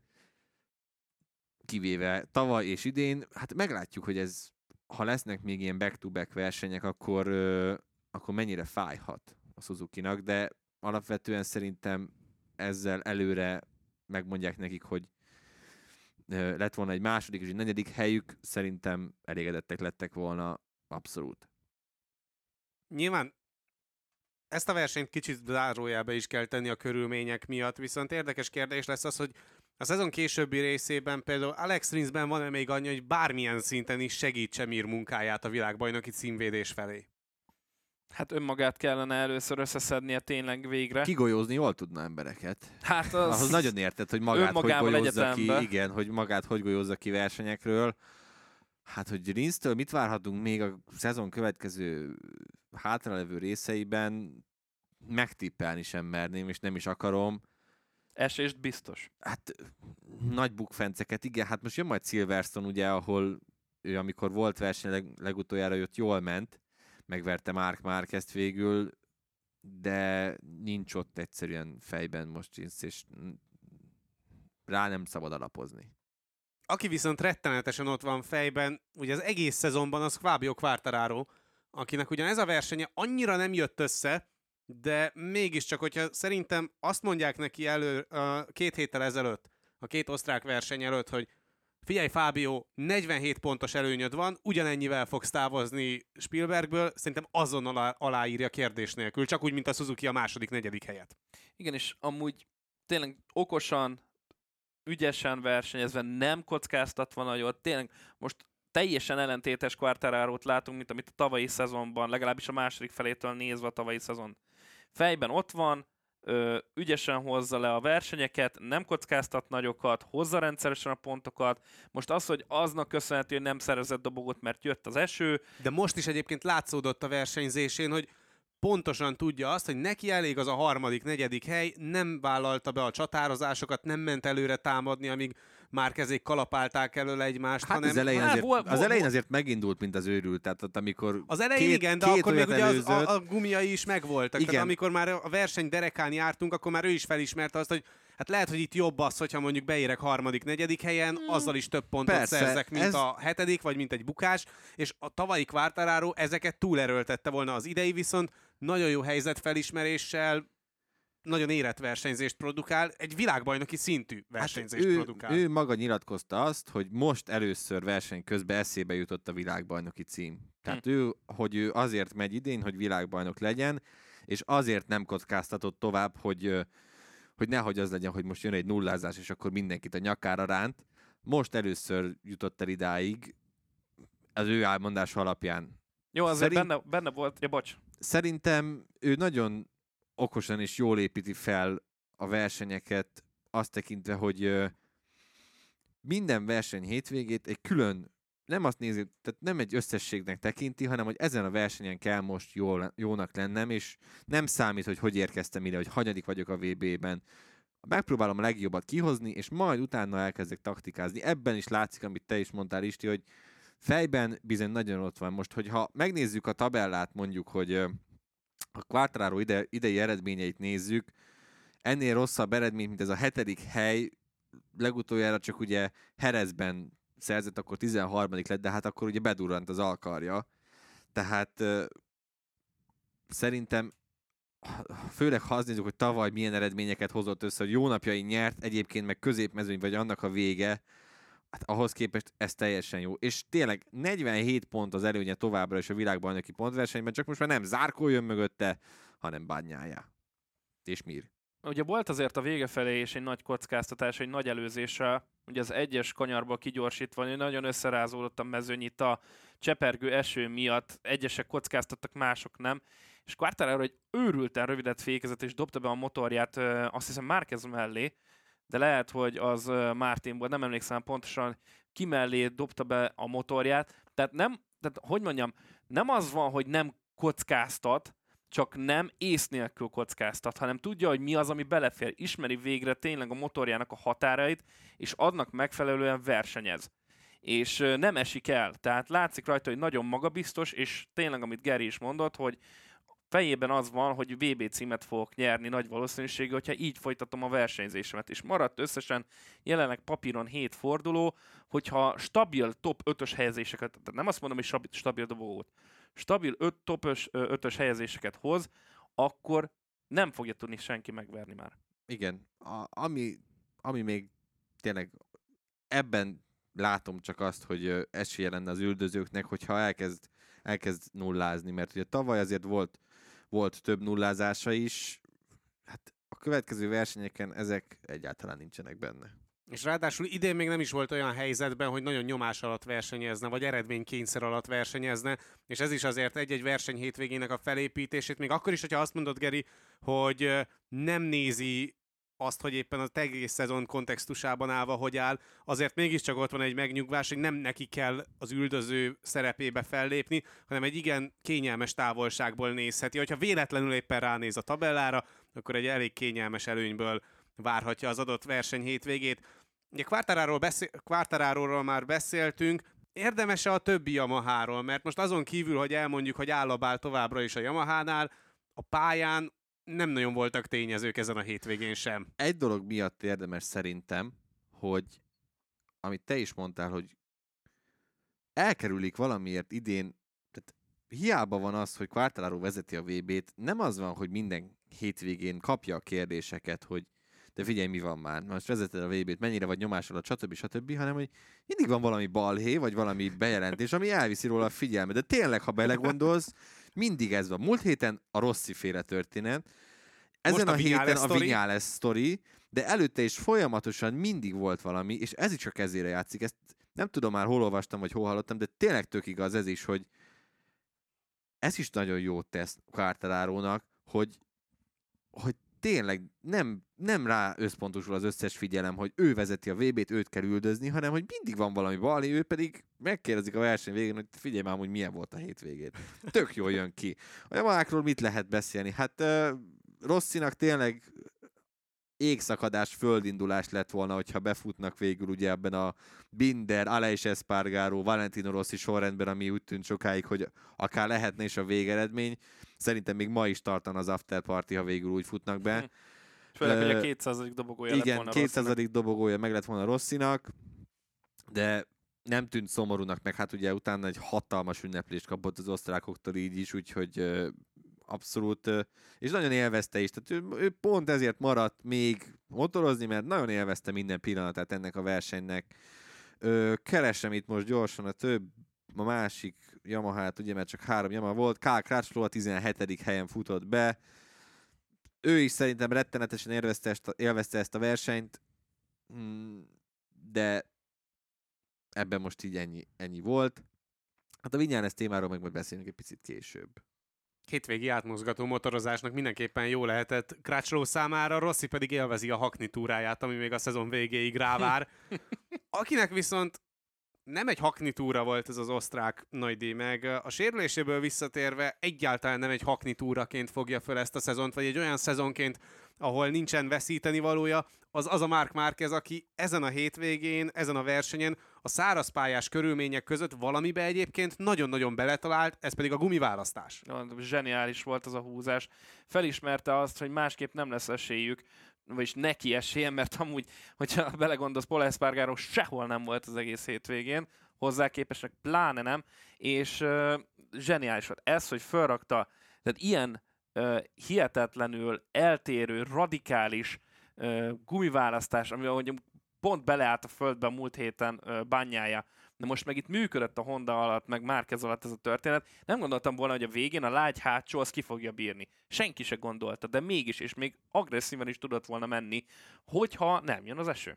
kivéve tavaly és idén. Hát meglátjuk, hogy ez, ha lesznek még ilyen back-to-back versenyek, akkor mennyire fájhat a Suzukinak, de alapvetően szerintem ezzel előre megmondják nekik, hogy lett volna egy második és egy 4. helyük, szerintem elégedettek lettek volna abszolút. Nyilván ezt a versenyt kicsit zárójelbe is kell tenni a körülmények miatt, viszont érdekes kérdés lesz az, hogy a szezon későbbi részében például Alex Rinsben van-e még annyi, hogy bármilyen szinten is segítse Mir munkáját a világbajnoki címvédés felé? Hát önmagát kellene először összeszednie tényleg végre. Kigolyózni jól tudna embereket. Hát ahhoz nagyon érted, hogy magát hogy golyózza ki, igen, hogy magát hogy golyózza ki versenyekről. Hát, hogy Rinstől mit várhatunk még a szezon következő hátralevő részeiben, megtippelni sem merném, és nem is akarom. Esést biztos. Hát nagy bukfenceket, igen, hát most jön majd Silverstone, ugye, ahol ő amikor volt verseny legutoljára jött, jól ment, megverte Marc Márquezt végül, de nincs ott egyszerűen fejben most Rins, és rá nem szabad alapozni. Aki viszont rettenetesen ott van fejben, ugye az egész szezonban az Fabio Quartararo, akinek ugyan ez a versenye annyira nem jött össze, de mégiscsak, hogyha szerintem azt mondják neki 2 héttel ezelőtt, a 2 osztrák verseny előtt, hogy figyelj Fábio, 47 pontos előnyöd van, ugyanennyivel fogsz távozni Spielbergből, szerintem azonnal aláírja kérdés nélkül, csak úgy, mint a Suzuki a 2., 4. helyet. Igen, és amúgy tényleg okosan, ügyesen versenyezve, nem kockáztatva nagyon, tényleg most teljesen ellentétes Quartararót látunk, mint amit a tavalyi szezonban, legalábbis a második felétől nézve a tavalyi szezon. Fejben ott van, ügyesen hozza le a versenyeket, nem kockáztat nagyokat, hozza rendszeresen a pontokat. Most az, hogy aznak köszönhető, hogy nem szerezett dobogót, mert jött az eső. De most is egyébként látszódott a versenyzésén, hogy pontosan tudja azt, hogy neki elég az a harmadik, negyedik hely, nem vállalta be a csatározásokat, nem ment előre támadni, amíg Márquezék kalapálták előle egymást, Hát hanem... az elején azért megindult, mint az őrült. Tehát ott, amikor Az elején igen, de akkor még ugye a gumiai is megvoltak. Igen. Tehát amikor már a verseny derekán jártunk, akkor már ő is felismerte azt, hogy hát lehet, hogy itt jobb az, hogyha mondjuk beérek harmadik, negyedik helyen, azzal is több pontot Persze, szerzek, mint a hetedik, vagy mint egy bukás, és a tavalyi Quartararo ezeket túlerőltette volna, az idei viszont nagyon jó helyzetfelismeréssel, nagyon érett versenyzést produkál, egy világbajnoki szintű versenyzést produkál. Ő maga nyilatkozta azt, hogy most először verseny közben eszébe jutott a világbajnoki cím. Tehát hogy ő azért megy idén, hogy világbajnok legyen, és azért nem kockáztatott tovább, hogy nehogy az legyen, hogy most jön egy nullázás, és akkor mindenkit a nyakára ránt. Most először jutott el idáig az ő elmondása alapján. Jó, azért benne volt, ja bocs. Szerintem ő nagyon okosan és jól építi fel a versenyeket, azt tekintve, hogy minden verseny hétvégét egy külön, nem azt nézi, tehát nem egy összességnek tekinti, hanem hogy ezen a versenyen kell most jónak lennem, és nem számít, hogy érkeztem ide, hogy hanyadik vagyok a VB-ben. Megpróbálom a legjobbat kihozni, és majd utána elkezdek taktikázni. Ebben is látszik, amit te is mondtál, Isti, hogy fejben bizony nagyon ott van. Most, hogyha megnézzük a tabellát, mondjuk, hogy a Quartararo idei eredményeit nézzük, ennél rosszabb eredmény, mint ez a 7. hely, legutoljára csak ugye Jerezben szerzett, akkor 13. lett, de hát akkor ugye bedurrant az alkarja. Tehát szerintem, főleg ha azt nézzük, hogy tavaly milyen eredményeket hozott össze, hogy jó napjain nyert, egyébként meg középmezőny vagy annak a vége, hát ahhoz képest ez teljesen jó. És tényleg 47 pont az előnye továbbra is a világbajnoki pontversenyben, csak most már nem Zarco jön mögötte, hanem Bagnaia. És Mir. Ugye volt azért a vége felé is egy nagy kockáztatás, egy nagy előzéssel, ugye az egyes kanyarból kigyorsítva, hogy nagyon összerázódott a mezőny itt a csepergő eső miatt, egyesek kockáztattak, mások nem, és Quartararo egy őrülten rövidet fékezett, és dobta be a motorját, azt hiszem Márquez mellé, de lehet, hogy az Martinból, nem emlékszem pontosan, ki mellé dobta be a motorját, tehát hogy mondjam, nem az van, hogy nem kockáztat, csak nem ész nélkül kockáztat, hanem tudja, hogy mi az, ami belefér, ismeri végre tényleg a motorjának a határait, és adnak megfelelően versenyez. És nem esik el, tehát látszik rajta, hogy nagyon magabiztos, és tényleg, amit Geri is mondott, hogy fejében az van, hogy VB címet fogok nyerni nagy valószínűséggel, hogyha így folytatom a versenyzésemet. És maradt összesen jelenleg papíron 7 forduló, hogyha stabil top 5-ös helyezéseket, tehát nem azt mondom, hogy stabil dobogót, stabil top 5-ös helyezéseket hoz, akkor nem fogja tudni senki megverni már. Igen, ami még tényleg ebben látom csak azt, hogy esélye lenne az üldözőknek, hogyha elkezd nullázni, mert ugye tavaly azért volt több nullázása is, hát a következő versenyeken ezek egyáltalán nincsenek benne. És ráadásul idén még nem is volt olyan helyzetben, hogy nagyon nyomás alatt versenyezne, vagy eredménykényszer alatt versenyezne, és ez is azért egy-egy verseny hétvégének a felépítését, még akkor is, hogyha azt mondod, Geri, hogy nem nézi azt, hogy éppen az egész szezon kontextusában állva hogy áll, azért mégiscsak ott van egy megnyugvás, hogy nem neki kell az üldöző szerepébe fellépni, hanem egy igen kényelmes távolságból nézheti. Hogyha véletlenül éppen ránéz a tabellára, akkor egy elég kényelmes előnyből várhatja az adott verseny hétvégét. Ugye Quartararóról már beszéltünk, érdemes-e a többi Yamaháról, mert most azon kívül, hogy elmondjuk, hogy állabál továbbra is a Yamahánál, a pályán nem nagyon voltak tényezők ezen a hétvégén sem. Egy dolog miatt érdemes szerintem, hogy amit te is mondtál, hogy elkerülik valamiért idén, tehát hiába van az, hogy Quartararo vezeti a VB-t, nem az van, hogy minden hétvégén kapja a kérdéseket, hogy de figyelj, mi van már, most vezeted a VB-t, mennyire vagy nyomás alatt, stb., hanem hogy mindig van valami balhé, vagy valami bejelentés, ami elviszi róla a figyelmet. De tényleg, ha belegondolsz, mindig ez van. Múlt héten a Rossi féle történet, ezen a héten a Viñales sztori, de előtte is folyamatosan mindig volt valami, és ez is csak ezére játszik. Ezt nem tudom már hol olvastam, vagy hol hallottam, de tényleg tök igaz ez is, hogy ez is nagyon jót tesz Quartararónak, hogy tényleg nem rá összpontosul az összes figyelem, hogy ő vezeti a VB-t, őt kell üldözni, hanem hogy mindig van valami bali, ő pedig megkérdezik a verseny végén, hogy figyelj már, hogy milyen volt a hétvégén. Tök jól jön ki. A Yamahákról mit lehet beszélni? Hát Rossinak tényleg égszakadás, földindulás lett volna, hogyha befutnak végül ugye ebben a Binder, Aleix Espargaró, Valentino Rossi sorrendben, ami úgy tűnt sokáig, hogy akár lehetne is a végeredmény. Szerintem még ma is tartan az afterparty, ha végül úgy futnak be. Főleg, hogy a 200. dobogója lett volna Igen, 200. dobogója meg lett volna Rossinak, de nem tűnt szomorúnak, meg hát ugye utána egy hatalmas ünneplést kapott az osztrákoktól így is, úgyhogy abszolút, és nagyon élvezte is, tehát ő pont ezért maradt még motorozni, mert nagyon élvezte minden pillanatát ennek a versenynek. Keresem itt most gyorsan a másik Yamahát, ugye, mert csak 3 Yamaha volt. Cal Crutchlow a 17. helyen futott be. Ő is szerintem rettenetesen élvezte ezt a versenyt, de ebben most így ennyi volt. Hát a Viñales témáról meg majd beszélünk egy picit később. Hétvégi átmozgató motorozásnak mindenképpen jó lehetett Crutchlow számára, Rossi pedig élvezi a Hackney túráját, ami még a szezon végéig rávár. Akinek viszont nem egy Hackney túra volt ez az osztrák nagydíj, meg a sérüléséből visszatérve egyáltalán nem egy Hackney túraként fogja föl ezt a szezont, vagy egy olyan szezonként, ahol nincsen veszíteni valója, az a Marc Márquez, aki ezen a hétvégén, ezen a versenyen a szárazpályás körülmények között valamibe egyébként nagyon-nagyon beletalált, ez pedig a gumiválasztás. Zseniális volt az a húzás. Felismerte azt, hogy másképp nem lesz esélyük, vagyis neki esélye, mert amúgy, hogyha belegondolsz, Pol Espargaró sehol nem volt az egész hétvégén, hozzá képesek pláne nem, és zseniális volt. Ez, hogy felrakta, tehát ilyen hihetetlenül eltérő, radikális gumiválasztás, ami ahogy pont beleállt a földbe a múlt héten Bagnaia, de most meg itt működött a Honda alatt, meg Márquez alatt ez a történet. Nem gondoltam volna, hogy a végén a lágy hátsó az ki fogja bírni. Senki se gondolta, de mégis, és még agresszíven is tudott volna menni, hogyha nem jön az eső.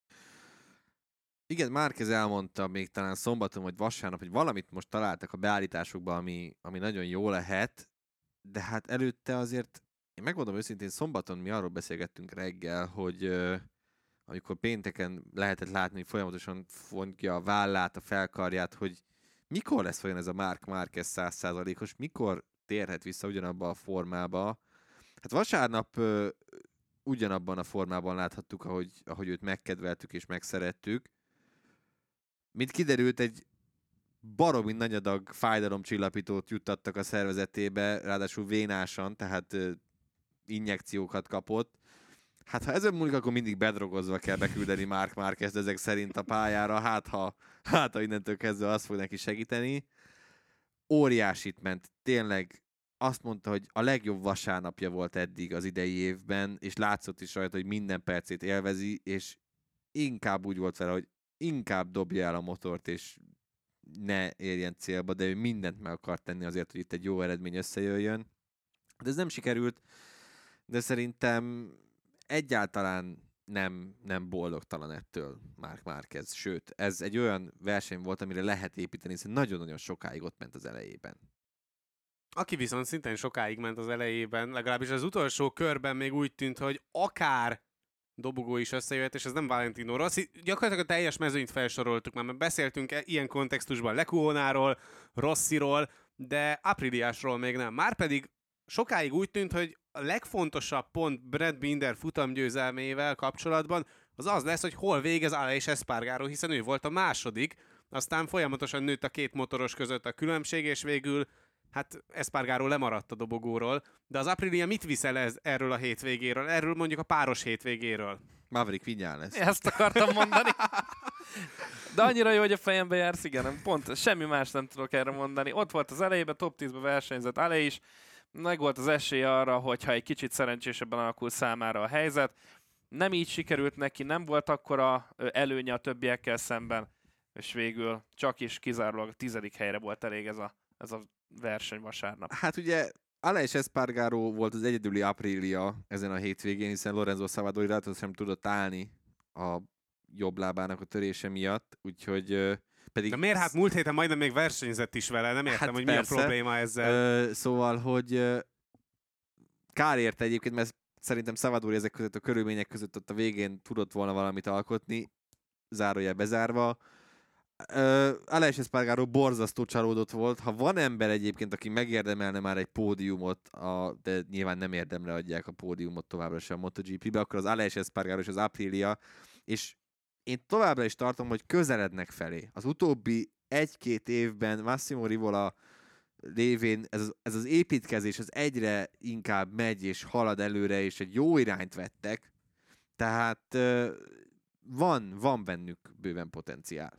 Igen, Márquez elmondta még talán szombaton vagy vasárnap, hogy valamit most találtak a beállításokban, ami nagyon jó lehet, de hát előtte azért, én megmondom őszintén, szombaton mi arról beszélgettünk reggel, hogy amikor pénteken lehetett látni, hogy folyamatosan fontja a vállát, a felkarját, hogy mikor lesz olyan ez a Marc Márquez 100%-os, mikor térhet vissza ugyanabba a formába. Hát vasárnap ugyanabban a formában láthattuk, ahogy őt megkedveltük és megszerettük. Mint kiderült, egy baromi nagy adag fájdalomcsillapítót juttattak a szervezetébe, ráadásul vénásan, tehát injekciókat kapott. Hát ha ezen múlik, akkor mindig bedrogozva kell beküldeni Marc Márquezt ezek szerint a pályára, hát ha innentől kezdve azt fog neki segíteni. Óriásit ment, tényleg azt mondta, hogy a legjobb vasárnapja volt eddig az idei évben, és látszott is rajta, hogy minden percét élvezi, és inkább úgy volt vele, hogy inkább dobja el a motort, és ne érjen célba, de ő mindent meg akart tenni azért, hogy itt egy jó eredmény összejöjjön. De ez nem sikerült, de szerintem egyáltalán nem boldogtalan ettől Marc Márquez. Sőt, ez egy olyan verseny volt, amire lehet építeni, hiszen nagyon-nagyon sokáig ott ment az elejében. Aki viszont szintén sokáig ment az elejében, legalábbis az utolsó körben még úgy tűnt, hogy akár dobogó is összejött, és ez nem Valentino Rossi. Gyakorlatilag a teljes mezőnyt felsoroltuk már, mert beszéltünk ilyen kontextusban Lecuonáról, Rossiról, de Apriliásról még nem. Márpedig sokáig úgy tűnt, hogy a legfontosabb pont Brad Binder futamgyőzelmével kapcsolatban az lesz, hogy hol végez Aleix Espargaró, hiszen ő volt a második, aztán folyamatosan nőtt a két motoros között a különbség, és végül hát Espargaró lemaradt a dobogóról, de az Aprilia mit viszel erről a hétvégéről? Erről mondjuk a páros hétvégéről? Maverick Viñales. Ezt akartam mondani. De annyira jó, hogy a fejembe jársz, igen, pont semmi más nem tudok erre mondani. Ott volt az elejében, top 10-ben versenyzett Ale is, meg volt az esély arra, hogyha egy kicsit szerencsésebben alakul számára a helyzet. Nem így sikerült neki, nem volt akkora előnye a többiekkel szemben, és végül csak is kizárólag a 10. helyre volt elég ez a verseny vasárnap. Hát ugye Aleix Espargaró volt az egyedüli Aprilia ezen a hétvégén, hiszen Lorenzo Savadori sem tudott állni a jobb lábának a törése miatt, úgyhogy pedig... De miért? Hát múlt héten majdnem még versenyzett is vele, nem értem, Hát hogy persze. mi a probléma ezzel. Szóval, hogy kár érte egyébként, mert szerintem Savadori ezek között a körülmények között ott a végén tudott volna valamit alkotni, zárójel bezárva. Aleix Espargaró borzasztó csalódott volt. Ha van ember egyébként, aki megérdemelne már egy pódiumot, de nyilván nem érdemre adják a pódiumot továbbra sem a MotoGP-be, akkor az Aleix Espargaró és az Aprilia, és én továbbra is tartom, hogy közelednek felé. Az utóbbi 1-2 évben Massimo Rivola lévén ez az építkezés az egyre inkább megy és halad előre, és egy jó irányt vettek, tehát van bennük bőven potenciál.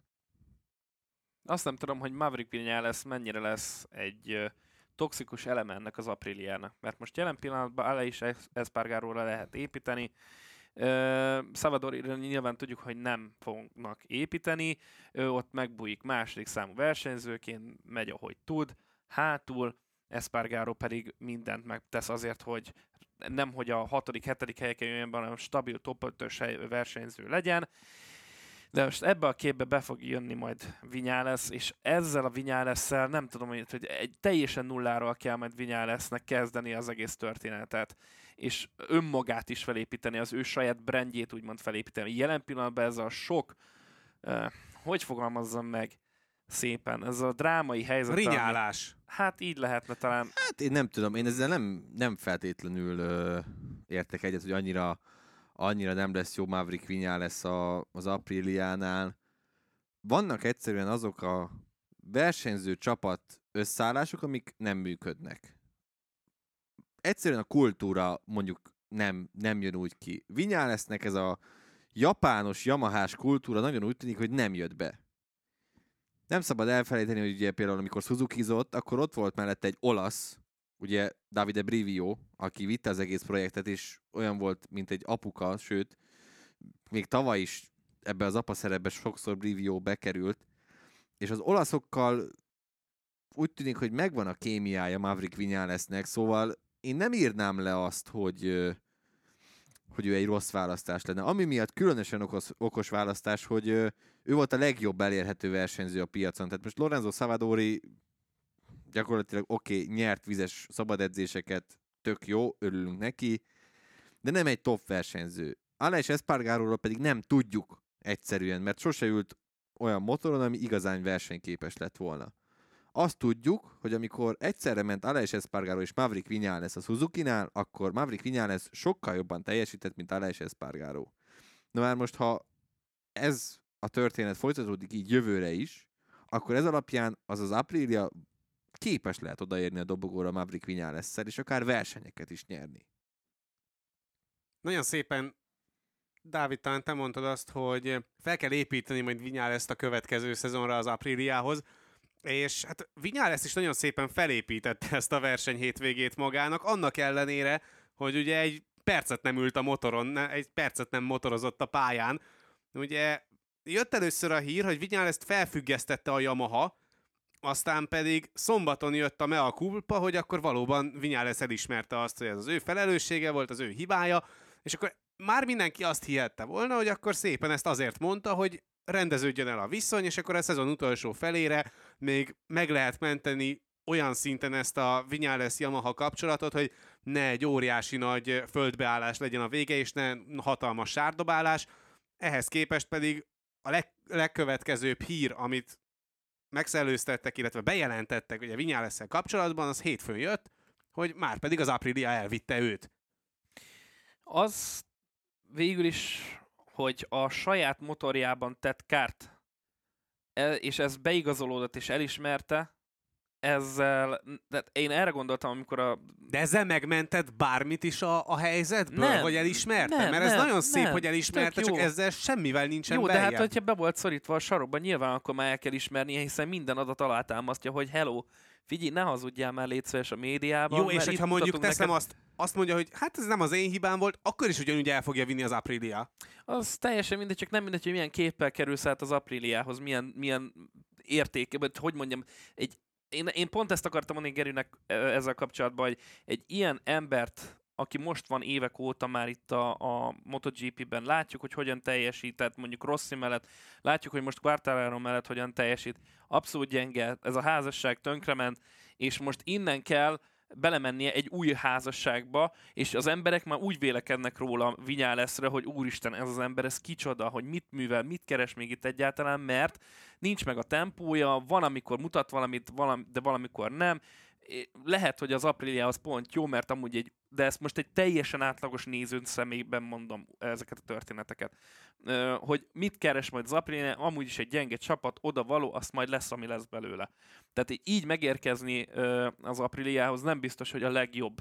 Azt nem tudom, hogy Maverick Viñales mennyire lesz egy toxikus eleme ennek az Apriliának. Mert most jelen pillanatban Aleix Espargaróra lehet építeni, Savadorira nyilván tudjuk, hogy nem fognak építeni, ott megbújik második számú versenyzőként, megy ahogy tud, hátul Espargaró pedig mindent megtesz azért, hogy nem hogy a 6.-7. helyeken jöjjön, hanem stabil top 5-ös versenyző legyen. De most ebbe a képbe be fog jönni majd Viñales, és ezzel a Viñalessel nem tudom, hogy egy teljesen nulláról kell majd Viñalesnek kezdeni az egész történetet, és önmagát is felépíteni, az ő saját brandjét úgymond felépíteni. Jelen pillanatban ez a sok, hogy fogalmazzam meg szépen, ez a drámai helyzet. Rinyálás. Hát így lehetne talán. Hát én nem tudom, én ezzel nem feltétlenül értek egyet, hogy annyira nem lesz jó Maverick Viñales az Apriliánál. Vannak egyszerűen azok a versenyző csapat összeállások, amik nem működnek. Egyszerűen a kultúra mondjuk nem jön úgy ki. Viñalesnek ez a japános, yamahás kultúra nagyon úgy tűnik, hogy nem jött be. Nem szabad elfelejteni, hogy ugye például amikor Suzukizott, akkor ott volt mellette egy olasz, ugye Davide Brivio, aki vitte az egész projektet, és olyan volt, mint egy apuka, sőt, még tavaly is ebbe az apa szerepbe sokszor Brivio bekerült, és az olaszokkal úgy tűnik, hogy megvan a kémiája Maverick Viñalesnek, szóval én nem írnám le azt, hogy ő egy rossz választás lenne. Ami miatt különösen okos választás, hogy ő volt a legjobb elérhető versenyző a piacon. Tehát most Lorenzo Savadori gyakorlatilag nyert vizes szabad edzéseket, tök jó, örülünk neki, de nem egy top versenyző. Aleix Espargaróról pedig nem tudjuk egyszerűen, mert sose ült olyan motoron, ami igazán versenyképes lett volna. Azt tudjuk, hogy amikor egyszerre ment Aleix Espargaró és Maverick Viñales a Suzuki-nál, akkor Maverick Viñales sokkal jobban teljesített, mint Aleix Espargaró. Na már most, ha ez a történet folytatódik így jövőre is, akkor ez alapján az Aprilia képes lehet odaérni a dobogóra Maverick Viñalessel, és akár versenyeket is nyerni. Nagyon szépen, Dávid, talán te mondtad azt, hogy fel kell építeni majd Viñalest a következő szezonra az Apriliához, és hát Viñales is nagyon szépen felépítette ezt a verseny hétvégét magának, annak ellenére, hogy ugye egy percet nem ült a motoron, egy percet nem motorozott a pályán. Ugye jött először a hír, hogy Viñalest felfüggesztette a Yamaha, aztán pedig szombaton jött a mea culpa, hogy akkor valóban Viñales elismerte azt, hogy ez az ő felelőssége volt, az ő hibája, és akkor már mindenki azt hihette volna, hogy akkor szépen ezt azért mondta, hogy rendeződjön el a viszony, és akkor a szezon utolsó felére még meg lehet menteni olyan szinten ezt a Viñales-Yamaha kapcsolatot, hogy ne egy óriási nagy földbeállás legyen a vége, és ne hatalmas sárdobálás. Ehhez képest pedig a legkövetkezőbb hír, amit megszellőztettek, illetve bejelentettek ugye Viñalessel kapcsolatban, az hétfőn jött, hogy már pedig az Aprilia elvitte őt. Az végül is, hogy a saját motorjában tett kárt, és ez beigazolódott és elismerte, ezzel, de én erre gondoltam, amikor De ezzel megmented bármit is a helyzetből, nem, hogy elismerte? nem, Mert ez nem, nagyon szép, nem, hogy elismerte, tök jó. csak ezzel semmivel nincsen jó, de beljebb. hát hogyha be volt szorítva a sarokba, nyilván akkor már el kell ismernie, hiszen minden adat alátámasztja, hogy hello, figyelj, ne hazudjál már, légy szíves a médiában. Jó, és hogyha mondjuk teszem neked... azt mondja, hogy hát ez nem az én hibám volt, akkor is ugyanúgy el fogja vinni az Aprilia. Az teljesen mindegy, csak nem mindegy, hogy milyen képpel kerülsz át az Apriliához, milyen érték, vagy hogy mondjam, én pont ezt akartam mondani Gerinek ezzel kapcsolatban, hogy egy ilyen embert aki most van évek óta már itt a MotoGP-ben, látjuk, hogy hogyan teljesít, tehát mondjuk Rossi mellett, látjuk, hogy most Quartararo mellett hogyan teljesít, abszolút gyenge, ez a házasság tönkrement, és most innen kell belemennie egy új házasságba, és az emberek már úgy vélekednek róla Viñalesre, hogy úristen, ez az ember, ez kicsoda, hogy mit művel, mit keres még itt egyáltalán, mert nincs meg a tempója, van, amikor mutat valamit, de valamikor nem. Lehet, hogy az Aprilia az pont jó, mert amúgy de ezt most egy teljesen átlagos néző személyben mondom ezeket a történeteket, hogy mit keres majd az Aprilia, amúgy is egy gyenge csapat, oda való, azt majd lesz, ami lesz belőle. Tehát így megérkezni az Apriliához nem biztos, hogy a legjobb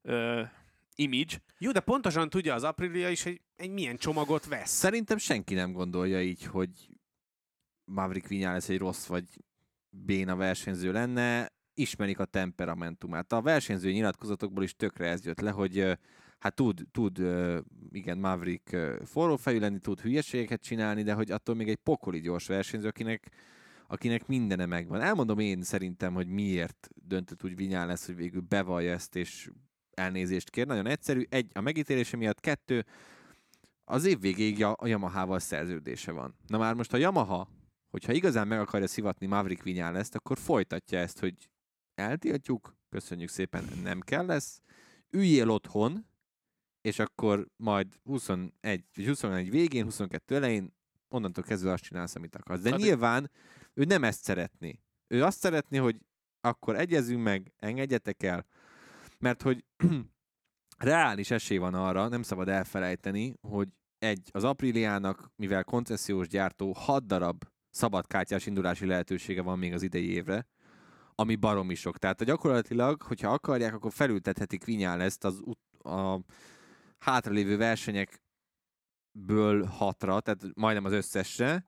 image. Jó, de pontosan tudja az Aprilia is, hogy egy milyen csomagot vesz. Szerintem senki nem gondolja így, hogy Maverick Viñales egy rossz vagy béna versenyző lenne, ismerik a temperamentumát. A versenyző nyilatkozatokból is tökre ez jött le, hogy hát tud igen, Maverick forrófejű lenni, tud hülyeségeket csinálni, de hogy attól még egy pokoli gyors versenyző, akinek mindene megvan. Elmondom én szerintem, hogy miért döntött úgy Viñales, hogy végül bevallja ezt, és elnézést kér. Nagyon egyszerű. A megítélése miatt, 2, az év végéig a Yamaha-val szerződése van. Na már most a Yamaha, hogyha igazán meg akarja szivatni Maverick Viñalest, akkor folytatja ezt, hogy eltiltjuk, köszönjük szépen, nem kell lesz, üljél otthon, és akkor majd 21 végén, 22 elején onnantól kezdve azt csinálsz, amit akarsz. De nyilván ő nem ezt szeretné. Ő azt szeretné, hogy akkor egyezünk meg, engedjetek el, mert hogy reális esély van arra, nem szabad elfelejteni, hogy az Apriliának, mivel koncesziós gyártó, 6 darab szabadkártyás indulási lehetősége van még az idei évre, ami baromi sok. Tehát gyakorlatilag, hogyha akarják, akkor felültethetik Viñalest a hátralévő versenyekből 6-ra, tehát majdnem az összesre.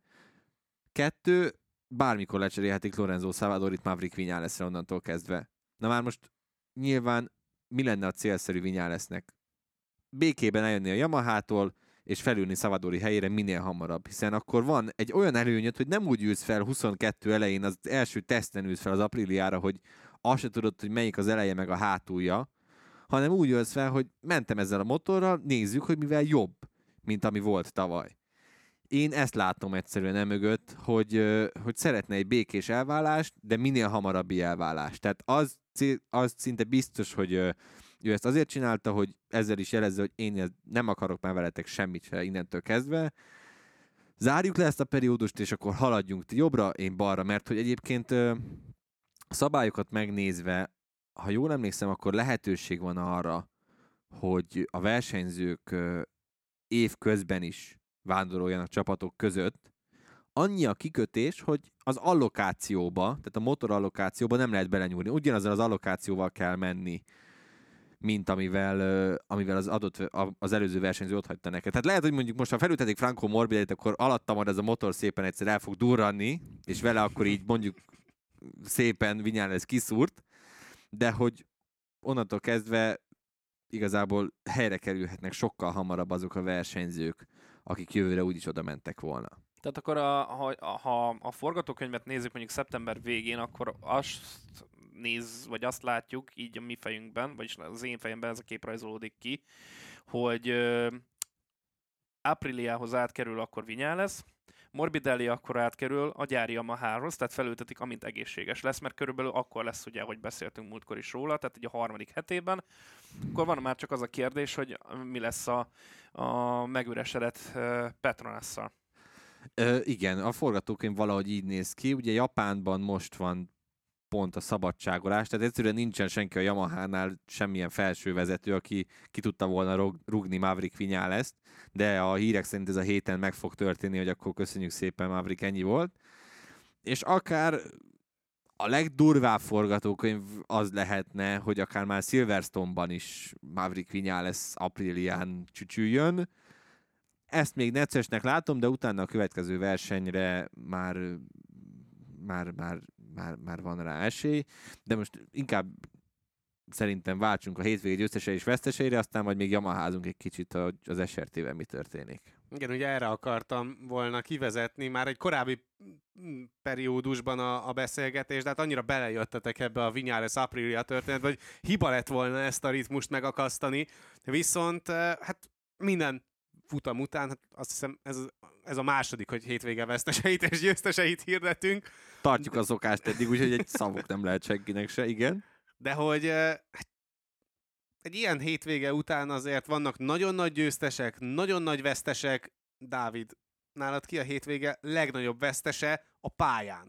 2, bármikor lecserélhetik Lorenzo Salvadorit Maverick Viñalesre onnantól kezdve. Na már most nyilván mi lenne a célszerű Viñalesnek? Békében eljönni a Yamahától, és felülni Salvadori helyére minél hamarabb, hiszen akkor van egy olyan előnyöd, hogy nem úgy ülsz fel 22 elején, az első teszten ülsz fel az Apriliára, hogy azt se tudod, hogy melyik az eleje meg a hátulja, hanem úgy ülsz fel, hogy mentem ezzel a motorral, nézzük, hogy mivel jobb, mint ami volt tavaly. Én ezt látom egyszerűen emögött, hogy szeretne egy békés elválást, de minél hamarabbi elválást. Tehát az szinte biztos, hogy ő ezt azért csinálta, hogy ezzel is jelezze, hogy én nem akarok már veletek semmit se innentől kezdve. Zárjuk le ezt a periódust, és akkor haladjunk jobbra, én balra, mert hogy egyébként a szabályokat megnézve, ha jól emlékszem, akkor lehetőség van arra, hogy a versenyzők évközben is vándoroljanak csapatok között. Annyi a kikötés, hogy az allokációba, tehát a motor allokációba nem lehet belenyúlni. Ugyanazzal az allokációval kell menni, mint amivel az előző versenyző ott hagyta neked. Tehát lehet, hogy mondjuk most, ha felültetik Franco Morbidellit, akkor alatta majd ez a motor szépen egyszer el fog durranni, és vele akkor így mondjuk szépen Viñales kiszúrt, de hogy onnantól kezdve igazából helyre kerülhetnek sokkal hamarabb azok a versenyzők, akik jövőre úgyis oda mentek volna. Tehát akkor ha a forgatókönyvet nézzük mondjuk szeptember végén, akkor azt látjuk így a mi fejünkben, vagyis az én fejemben ez a kép rajzolódik ki, hogy Apriliához átkerül akkor Viñales, Morbidelli akkor átkerül a gyári Yamahához, tehát felültetik, amint egészséges lesz, mert körülbelül akkor lesz ugye, hogy beszéltünk múltkor is róla, tehát ugye a 3. hetében. Akkor van már csak az a kérdés, hogy mi lesz a megüresedett Petronasszal. Igen, a forgatókönyv valahogy így néz ki. Ugye Japánban most van pont a szabadságolás, tehát egyszerűen nincsen senki a Yamahánál, semmilyen felső vezető, aki ki tudta volna rugni Maverick Viñalest, de a hírek szerint ez a héten meg fog történni, hogy akkor köszönjük szépen, Maverick, ennyi volt. És akár a legdurvább forgatókönyv az lehetne, hogy akár már Silverstone-ban is Maverick Viñales Aprilián csücsüljön. Ezt még neccesnek látom, de utána a következő versenyre már van rá esély, de most inkább szerintem váltsunk a hétvége győztese és veszteseire, aztán majd még Yamaházunk egy kicsit az SRT-vel mi történik. Igen, ugye erre akartam volna kivezetni már egy korábbi periódusban a beszélgetés, de hát annyira belejöttetek ebbe a Viñales Aprilia történetbe, hogy hiba lett volna ezt a ritmust megakasztani, viszont hát minden futam után, hát azt hiszem ez a második, hogy hétvége veszteseit és győzteseit hirdetünk. Tartjuk a szokást eddig, úgyhogy egy szavuk nem lehet senkinek se, igen. De hogy egy ilyen hétvége után azért vannak nagyon nagy győztesek, nagyon nagy vesztesek. Dávid, nálad ki a hétvége legnagyobb vesztese a pályán?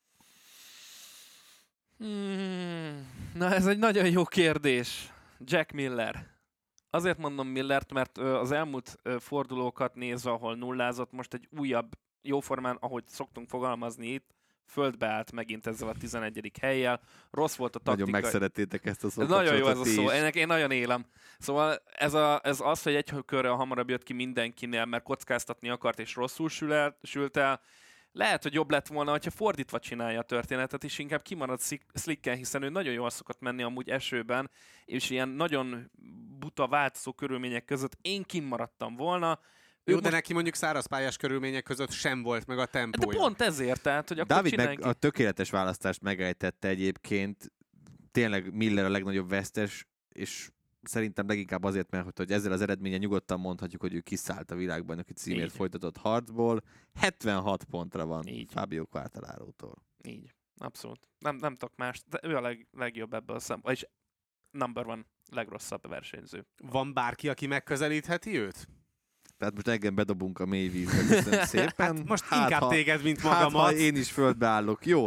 Na ez egy nagyon jó kérdés. Jack Miller. Azért mondom Millert, mert az elmúlt fordulókat nézve, ahol nullázott, most egy újabb, jóformán, ahogy szoktunk fogalmazni itt, földbe állt megint ezzel a 11. hellyel. Rossz volt a taktika. Nagyon megszerettétek ezt a szót. Nagyon jó ez a szó, én nagyon élem. Szóval ez az, hogy egy körrel hamarabb jött ki mindenkinél, mert kockáztatni akart és rosszul sült el. Lehet, hogy jobb lett volna, hogyha fordítva csinálja a történetet, és inkább kimaradt Slicken, hiszen ő nagyon jól szokott menni amúgy esőben, és ilyen nagyon buta változó körülmények között én kimaradtam volna. Jó, de neki mondjuk szárazpályás körülmények között sem volt meg a tempója. De pont ezért, tehát, hogy akkor Dávid meg a tökéletes választást megejtette egyébként. Tényleg Miller a legnagyobb vesztes, és szerintem leginkább azért, mert hogy ezzel az eredménye nyugodtan mondhatjuk, hogy ő kiszállt a világbajnoki címért folytatott harcból. 76 pontra van így Fabio Quartararo-tól. Így, abszolút. Nem tudok más, de ő a legjobb ebből a szempontból, és number one legrosszabb versenyző. Van bárki, aki megközelítheti őt? Tehát most engem bedobunk a mély vízbe, köszönöm szépen. Hát most inkább téged, mint magamat. Hát, ha én is földbe állok, jó.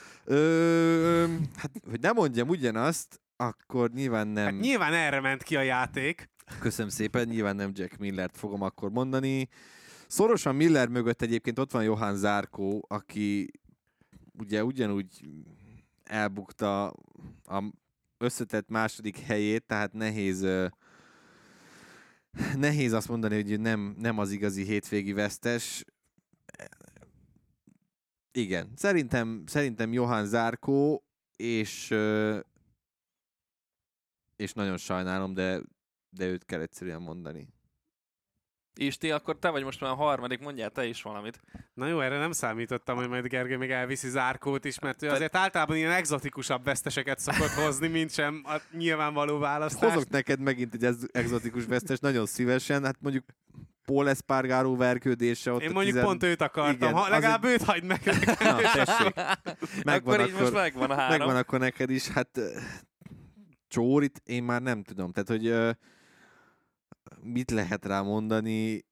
Hát, hogy nem mondjam ugyanazt, akkor nyilván nem... Hát nyilván erre ment ki a játék. Köszönöm szépen, nyilván nem Jack Millert fogom akkor mondani. Szorosan Miller mögött egyébként ott van Johann Zarco, aki ugye ugyanúgy elbukta a összetett második helyét, tehát nehéz azt mondani, hogy nem az igazi hétvégi vesztes. Igen, szerintem Johann Zarco, és nagyon sajnálom, de őt kell egyszerűen mondani. Isti, akkor te vagy most már a harmadik, mondjál te is valamit. Na jó, erre nem számítottam, hogy majd Gergő még elviszi Zárkót is, mert ő azért általában ilyen egzotikusabb veszteseket szokott hozni, mint sem a nyilvánvaló választást. Hozok neked megint egy egzotikus vesztes, nagyon szívesen, hát mondjuk Paul Espargaró verkődése ott. Én mondjuk pont őt akartam, igen, ha legalább őt hagyd meg. Na, tessék. Megvan, akkor így most megvan a 3. Megvan akkor neked is, hát Csórit én már nem tudom, tehát hogy mit lehet rá mondani.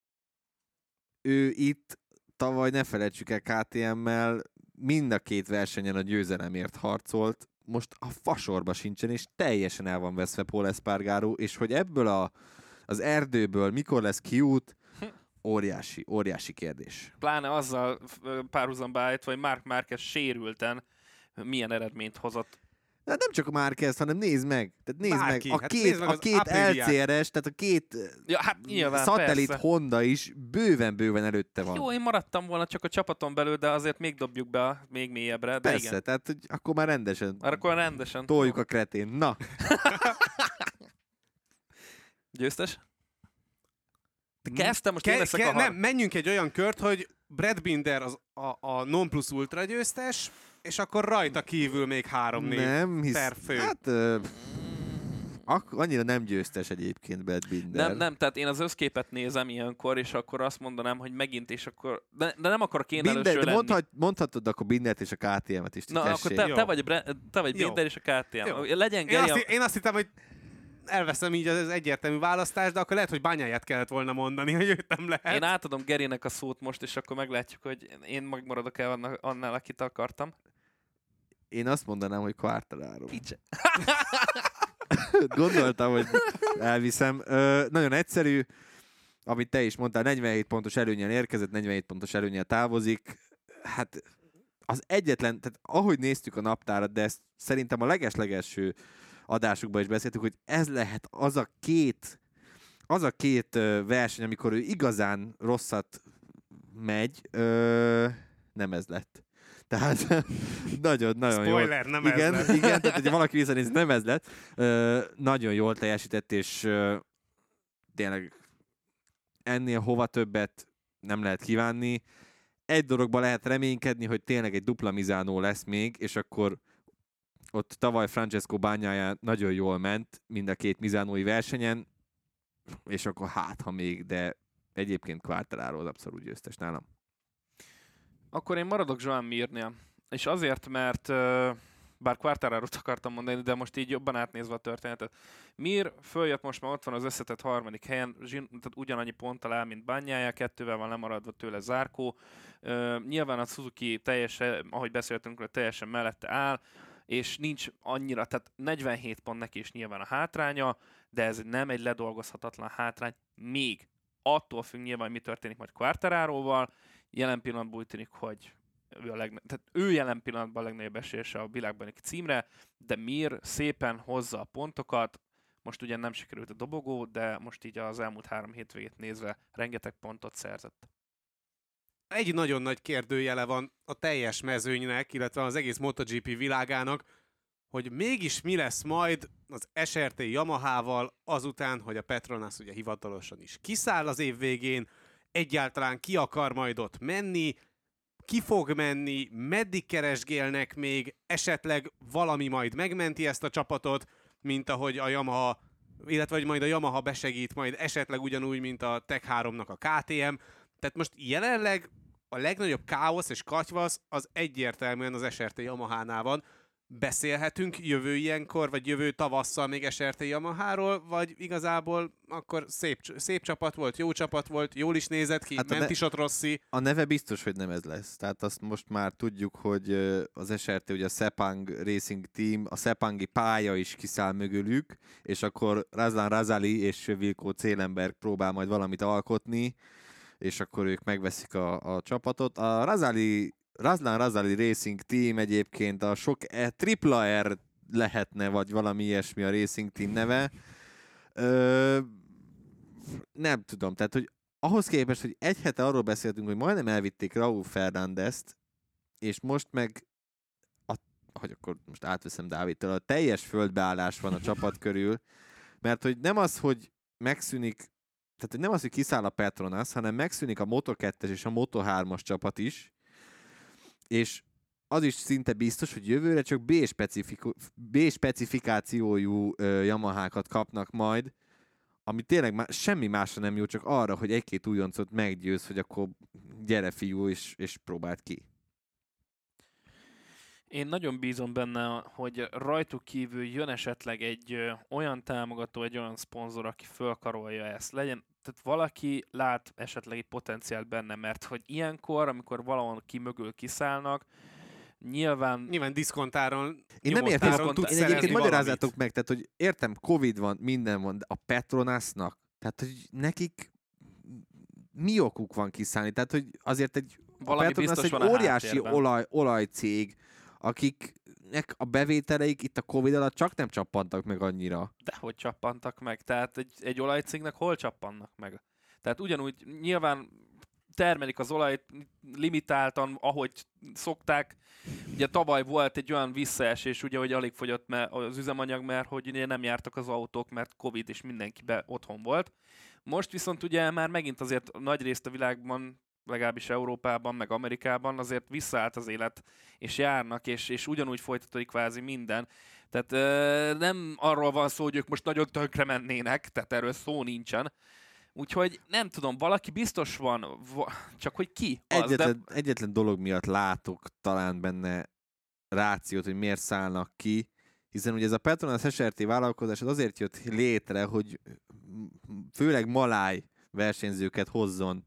Ő itt tavaly, ne felejtsük el, KTM-mel mind a két versenyen a győzelemért harcolt, most a fasorba sincsen, és teljesen el van veszve Paul Espargaró, és hogy ebből az erdőből mikor lesz kiút, óriási kérdés. Pláne azzal párhuzamba állítva, hogy Marc Márquez sérülten milyen eredményt hozott. De nem csak a Márquez, hanem nézd meg. Tehát nézd Bárki. meg, a két LCR-es, tehát a két nyilván, szatellit persze. Honda is bőven előtte van. Jó, én maradtam volna csak a csapaton belül, de azért még dobjuk be még mélyebbre. De persze, igen. tehát hogy akkor már rendesen. Toljuk a kretén. Na. Győztes? Kezdtem, most én leszek a nem, menjünk egy olyan kört, hogy Brad Binder a non plus ultra győztes, és akkor rajta kívül még 3 név per fő. Hát annyira nem győztes egyébként Brad Binder. Nem, tehát én az összképet nézem ilyenkor, és akkor azt mondanám, hogy megint, és akkor... De nem akarok én előső lenni. Mondhatod akkor Bindert és a KTM-et is. Na, akkor te vagy Binder és a KTM. Jó. Legyen én azt hittem, hogy elveszem így az egyértelmű választást, de akkor lehet, hogy Bányáját kellett volna mondani, hogy őt nem lehet. Én átadom Gerinek a szót most, és akkor meglátjuk, hogy én megmaradok el annál, akit akartam. Én azt mondanám, hogy Quartararo. Gondoltam, hogy elviszem. Nagyon egyszerű, amit te is mondtál, 47 pontos előnnyel érkezett, 47 pontos előnnyel távozik. Hát az egyetlen, tehát ahogy néztük a naptárat, de ezt szerintem a leges-legelső adásukban is beszéltük, hogy ez lehet az a két verseny, amikor ő igazán rosszat megy, nem ez lett. Tehát nagyon jó. Spoiler, nem igen, ez lett. igen, tehát hogyha valaki visszanéz, nem ez lett. Nagyon jól teljesített, és tényleg ennél hova többet nem lehet kívánni. Egy dologba lehet reménykedni, hogy tényleg egy dupla Misano lesz még, és akkor ott tavaly Francesco Bagnaia nagyon jól ment mind a két Misánói versenyen, és akkor ha még, de egyébként Quartararo az abszolút győztes nálam. Akkor én maradok Joan Mirnél. És azért, mert bár Quartararo-t akartam mondani, de most így jobban átnézve a történetet. Mir följött, most már ott van az összetett harmadik helyen, tehát ugyanannyi ponttal áll, mint Bagnaia, 2-vel van lemaradva tőle Zarco. Nyilván a Suzuki teljesen, ahogy beszéltünk, teljesen mellette áll, és nincs annyira, tehát 47 pont neki is nyilván a hátránya, de ez nem egy ledolgozhatatlan hátrány, még attól függ nyilván, hogy mi történik majd Quartararoval. Jelen pillanatban úgy tűnik, hogy tehát ő jelen pillanatban a legnagyobb esélyese a világbajnoki címre, de Mir szépen hozza a pontokat, most ugye nem sikerült a dobogó, de most így az elmúlt 3 hétvégét nézve rengeteg pontot szerzett. Egy nagyon nagy kérdőjele van a teljes mezőnynek, illetve az egész MotoGP világának, hogy mégis mi lesz majd az SRT Yamahával azután, hogy a Petronas ugye hivatalosan is kiszáll az év végén, egyáltalán ki akar majd ott menni, ki fog menni, meddig keresgélnek még, esetleg valami majd megmenti ezt a csapatot, mint ahogy a Yamaha, illetve hogy majd a Yamaha besegít majd esetleg ugyanúgy, mint a Tech 3-nak a KTM. Tehát most jelenleg a legnagyobb káosz és katyvasz az egyértelműen az SRT Yamahánál van. Beszélhetünk jövő ilyenkor, vagy jövő tavasszal még SRT Yamaháról, vagy igazából akkor szép csapat volt, jó csapat volt, jól is nézett ki, ment is ott Rossi. A neve biztos, hogy nem ez lesz. Tehát azt most már tudjuk, hogy az SRT, ugye a Sepang Racing Team, a Sepangi pálya is kiszáll mögülük, és akkor Razlan Razali és Wilco Zielenberg próbál majd valamit alkotni, és akkor ők megveszik a csapatot. A Razlan Razali Racing Team egyébként a sok tripla R lehetne, vagy valami ilyesmi a Racing Team neve. Nem tudom, tehát hogy ahhoz képest, hogy egy hete arról beszéltünk, hogy majdnem elvitték Raúl Fernándezt, és most meg hogy akkor most átveszem Dávidtól, a teljes földbeállás van a csapat körül, mert hogy nem az, hogy megszűnik, tehát hogy nem az, hogy kiszáll a Petronas, hanem megszűnik a Moto2-es és a Moto3-as csapat is, és az is szinte biztos, hogy jövőre csak B-specifikációjú Yamahákat kapnak majd, ami tényleg semmi másra nem jó, csak arra, hogy egy-két újoncot meggyőz, hogy akkor gyere fiú, és próbáld ki. Én nagyon bízom benne, hogy rajtuk kívül jön esetleg egy olyan támogató, egy olyan szponzor, aki fölkarolja ezt. Legyen, tehát valaki lát esetleg egy potenciált benne, mert hogy ilyenkor, amikor valahol ki mögül kiszállnak, nyilván diszkontáron, én nem értem, tudsz én egyébként magyarázzátok valamit. meg, tehát hogy értem, Covid van, minden van, de a Petronasnak, tehát hogy nekik mi okuk van kiszállni? Tehát, hogy azért a Petronas egy óriási olajcég, akiknek a bevételeik itt a Covid alatt csak nem csappantak meg annyira. De hogy csappantak meg? Tehát egy olajcégnek hol csappannak meg? Tehát ugyanúgy nyilván termelik az olajt limitáltan, ahogy szokták. Ugye tavaly volt egy olyan visszaesés, ugye, hogy alig fogyott az üzemanyag, mert hogy ugye nem jártak az autók, mert Covid és mindenki otthon volt. Most viszont ugye már megint azért nagy részt a világban, legalábbis Európában, meg Amerikában azért visszaállt az élet, és járnak, és ugyanúgy folytatódik kvázi minden. Tehát nem arról van szó, hogy ők most nagyon tönkre mennének, tehát erről szó nincsen. Úgyhogy nem tudom, valaki biztos van, csak hogy ki az. Egyetlen dolog miatt látok talán benne rációt, hogy miért szállnak ki, hiszen ugye ez a Petronas SRT vállalkozás az azért jött létre, hogy főleg maláj versenyzőket hozzon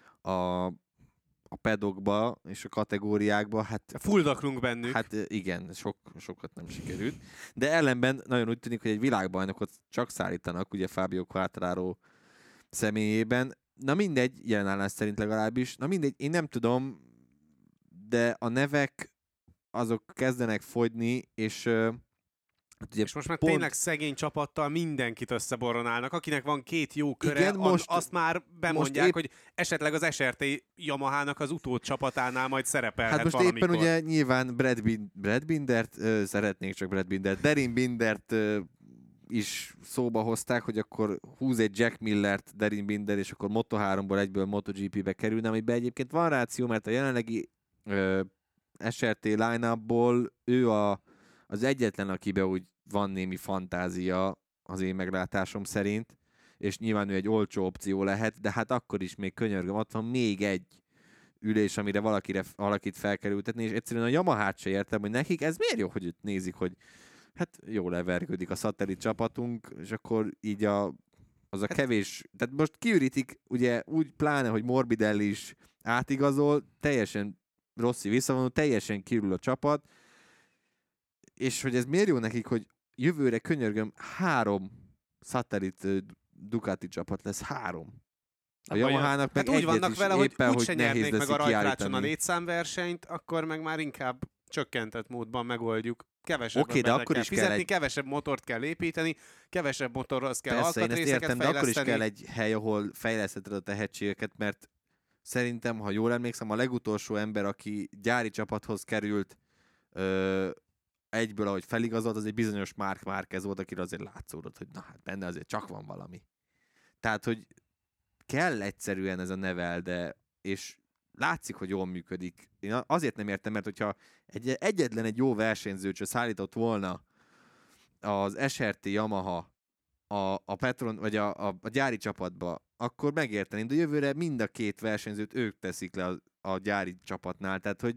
a pedokba és a kategóriákba. Hát fuldaklunk bennük. Hát igen, sokat nem sikerült. De ellenben nagyon úgy tűnik, hogy egy világbajnokot csak szállítanak, ugye Fabio Quartararo személyében. Na mindegy, jelen állás szerint legalábbis. Na mindegy, én nem tudom, de a nevek azok kezdenek fogyni, és Ugye És most már tényleg szegény csapattal mindenkit összeboronálnak. Akinek van 2 jó köre, Igen, azt már bemondják, épp- hogy esetleg az SRT Yamahának az utód csapatánál majd szerepelhet Hát most valamikor. éppen ugye nyilván Brad Bindert, szeretnék csak Brad Bindert, Darin Bindert is szóba hozták, hogy akkor húz egy Jack Millert, Darin Binder, és akkor Moto3-ból egyből MotoGP-be kerülne, amiben egyébként van ráció, mert a jelenlegi SRT line-upból ő az egyetlen, akiben úgy van némi fantázia az én meglátásom szerint, és nyilván ő egy olcsó opció lehet, de hát akkor is még könyörgöm, ott van még egy ülés, amire valakit fel kell ültetni, és egyszerűen a Yamahát se értem, hogy nekik ez miért jó, hogy őt nézik, hogy hát jól levergődik a szatellit csapatunk, és akkor így az a kevés, tehát most kiürítik, ugye úgy pláne, hogy Morbidelli is átigazol, teljesen Rossi visszavonul, teljesen kiürül a csapat, és hogy ez miért jó nekik, hogy jövőre könyörgöm 3 szatellit Ducati csapat lesz, 3. A Yamahának meg hát úgy egyet vannak is vele, hogy éppen, úgyse nehéz nyernék meg lesz a rajtrácson a kiállítani. létszámversenyt, akkor meg már inkább csökkentett módban megoldjuk. Kevesebb Oké, de embernek akkor kell is kell fizetni, egy- kevesebb motort kell építeni, kevesebb motorhoz kell Persze, én ezt alkatrészeket értem, de akkor is fejleszteni. kell egy hely, ahol fejlesztheted a tehetségeket, mert szerintem, ha jól emlékszem, a legutolsó ember, aki gyári csapathoz került egyből, ahogy feligazolt, az egy bizonyos Marc Márquez volt, akire azért látszódott, hogy na hát benne azért csak van valami. Tehát, hogy kell egyszerűen ez a nevel, de és látszik, hogy jól működik. Én azért nem értem, mert hogyha egyetlen egy jó versenyzőt se szállított volna az SRT Yamaha a Petron, vagy a gyári csapatba, akkor megérteném, de jövőre mind a 2 versenyzőt ők teszik le a gyári csapatnál, tehát hogy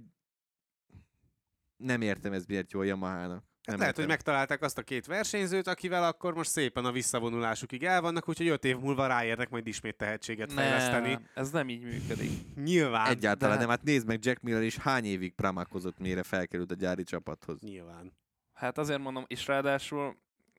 nem értem ez miért jó a Yamahának. Nem Lehet, hogy értem. megtalálták azt a 2 versenyzőt, akivel akkor most szépen a visszavonulásukig el vannak, úgyhogy 5 év múlva ráérnek majd ismét tehetséget fejleszteni. Nem, ez nem így működik. Nyilván. Egyáltalán de nem, hát nézd meg, Jack Miller is hány évig prámálkozott, mire felkerült a gyári csapathoz. Nyilván. Hát azért mondom, és ráadásul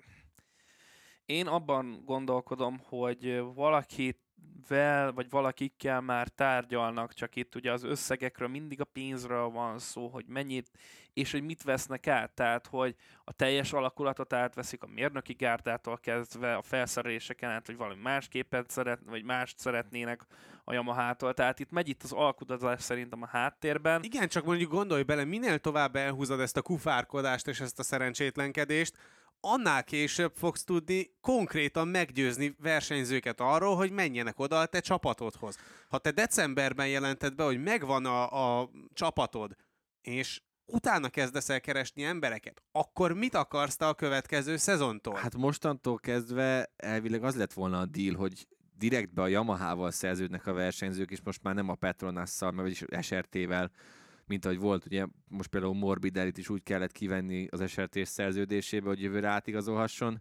én abban gondolkodom, hogy valakivel, vagy valakikkel már tárgyalnak, csak itt ugye az összegekről mindig a pénzről van szó, hogy mennyit, és hogy mit vesznek át. Tehát, hogy a teljes alakulatot átveszik a mérnöki gárdától kezdve, a felszereléseken át, vagy valami vagy mást szeretnének a Yamahától. Tehát itt megy itt az alkudozás szerintem a háttérben. Igen, csak mondjuk gondolj bele, minél tovább elhúzod ezt a kufárkodást és ezt a szerencsétlenkedést, annál később fogsz tudni konkrétan meggyőzni versenyzőket arról, hogy menjenek oda a te csapatodhoz. Ha te decemberben jelented be, hogy megvan a csapatod, és utána kezdesz el keresni embereket, akkor mit akarsz te a következő szezontól? Hát mostantól kezdve elvileg az lett volna a deal, hogy direktbe a Yamahával szerződnek a versenyzők, és most már nem a Petronasszal, vagyis SRT-vel, mint ahogy volt, ugye most például Morbidellit is úgy kellett kivenni az SRT szerződésébe, hogy jövőre átigazolhasson.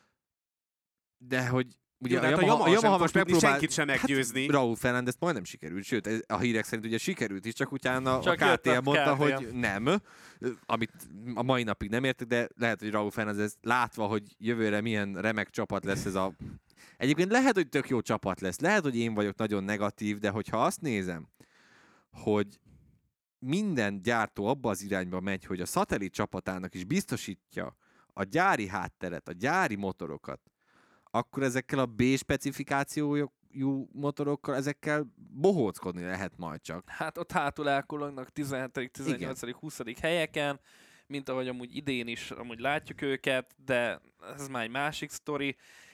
De hogy ugye Jó, de hát a Yamaha most megpróbál senkit sem meggyőzni. Hát, Raúl Fernández majdnem sikerült, sőt, a hírek szerint ugye sikerült is, csak utána Csak a jött KTM a mondta, KTM. hogy nem, amit a mai napig nem értek, de lehet, hogy Raúl Fernández látva, hogy jövőre milyen remek csapat lesz ez a... Egyébként lehet, hogy tök jó csapat lesz, lehet, hogy én vagyok nagyon negatív, de hogyha azt nézem, hogy minden gyártó abba az irányba megy, hogy a szatellit csapatának is biztosítja a gyári hátteret, a gyári motorokat, akkor ezekkel a B-specifikációjú motorokkal, ezekkel bohóckodni lehet majd csak. Hát ott hátul elkolognak 17., 18., 20. helyeken, mint ahogy amúgy idén is amúgy látjuk őket, de ez már egy másik sztori.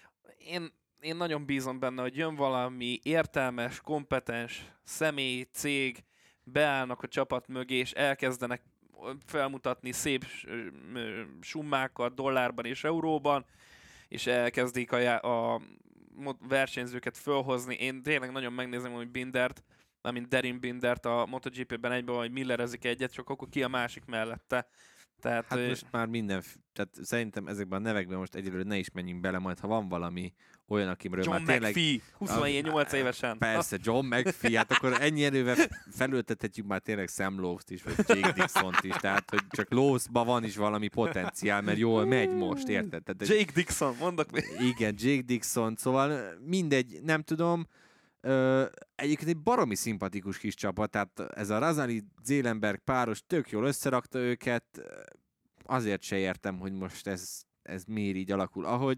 Én nagyon bízom benne, hogy jön valami értelmes, kompetens személy, cég, beállnak a csapat mögé, és elkezdenek felmutatni szép summákat dollárban és euróban, és elkezdik a versenyzőket fölhozni. Én tényleg nagyon megnézem, hogy Bindert, mint Darin Bindert a MotoGP-ben egyben, hogy millerezik egyet, csak akkor ki a másik mellette. Tehát, Hát most már tehát szerintem ezekben a nevekben most egyelőre ne is menjünk bele, majd ha van valami olyan, akimről John már tényleg... McPhee, 28 évesen. Persze, John McPhee, hát akkor ennyi erővel felültethetjük már tényleg Sam Lowes-t is, vagy Jake Dixont is, tehát hogy csak Lowes-ba van is valami potenciál, mert jól megy most, érted? Tehát, Jake Dixon, mondok még. igen, Jake Dixon, szóval mindegy, nem tudom, egyébként egy baromi szimpatikus kis csapat, tehát ez a Razali-Zélenberg páros tök jól összerakta őket, azért se értem, hogy most ez ez miért így alakul, ahogy.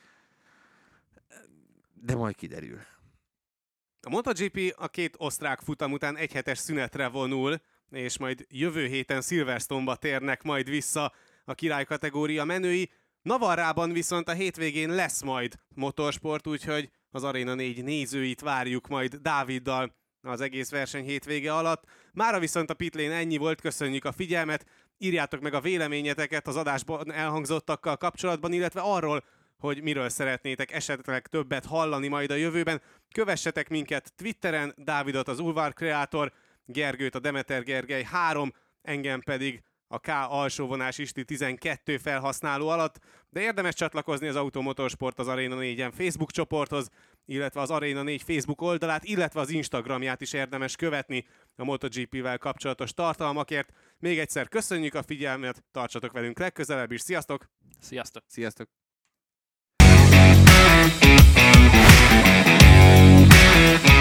De majd kiderül. A MotoGP a 2 osztrák futam után egyhetes szünetre vonul, és majd jövő héten Silverstone-ba térnek majd vissza a király kategória menői. Navarrában viszont a hétvégén lesz majd motorsport, úgyhogy az Arena 4 nézőit várjuk majd Dáviddal az egész verseny hétvége alatt. Mára viszont a pitlane ennyi volt, köszönjük a figyelmet, írjátok meg a véleményeteket az adásban elhangzottakkal kapcsolatban, illetve arról, hogy miről szeretnétek esetleg többet hallani majd a jövőben. Kövessetek minket Twitteren, Dávidot az Ulvar Kreator, Gergőt a Demeter Gergely 3, engem pedig a K alsóvonás Isti 12 felhasználó alatt, de érdemes csatlakozni az Automotorsport az Arena 4-en Facebook csoporthoz, illetve az Arena 4 Facebook oldalát, illetve az Instagramját is érdemes követni a MotoGP-vel kapcsolatos tartalmakért. Még egyszer köszönjük a figyelmet, tartsatok velünk legközelebb is, sziasztok! Sziasztok! Sziasztok! We'll be right back.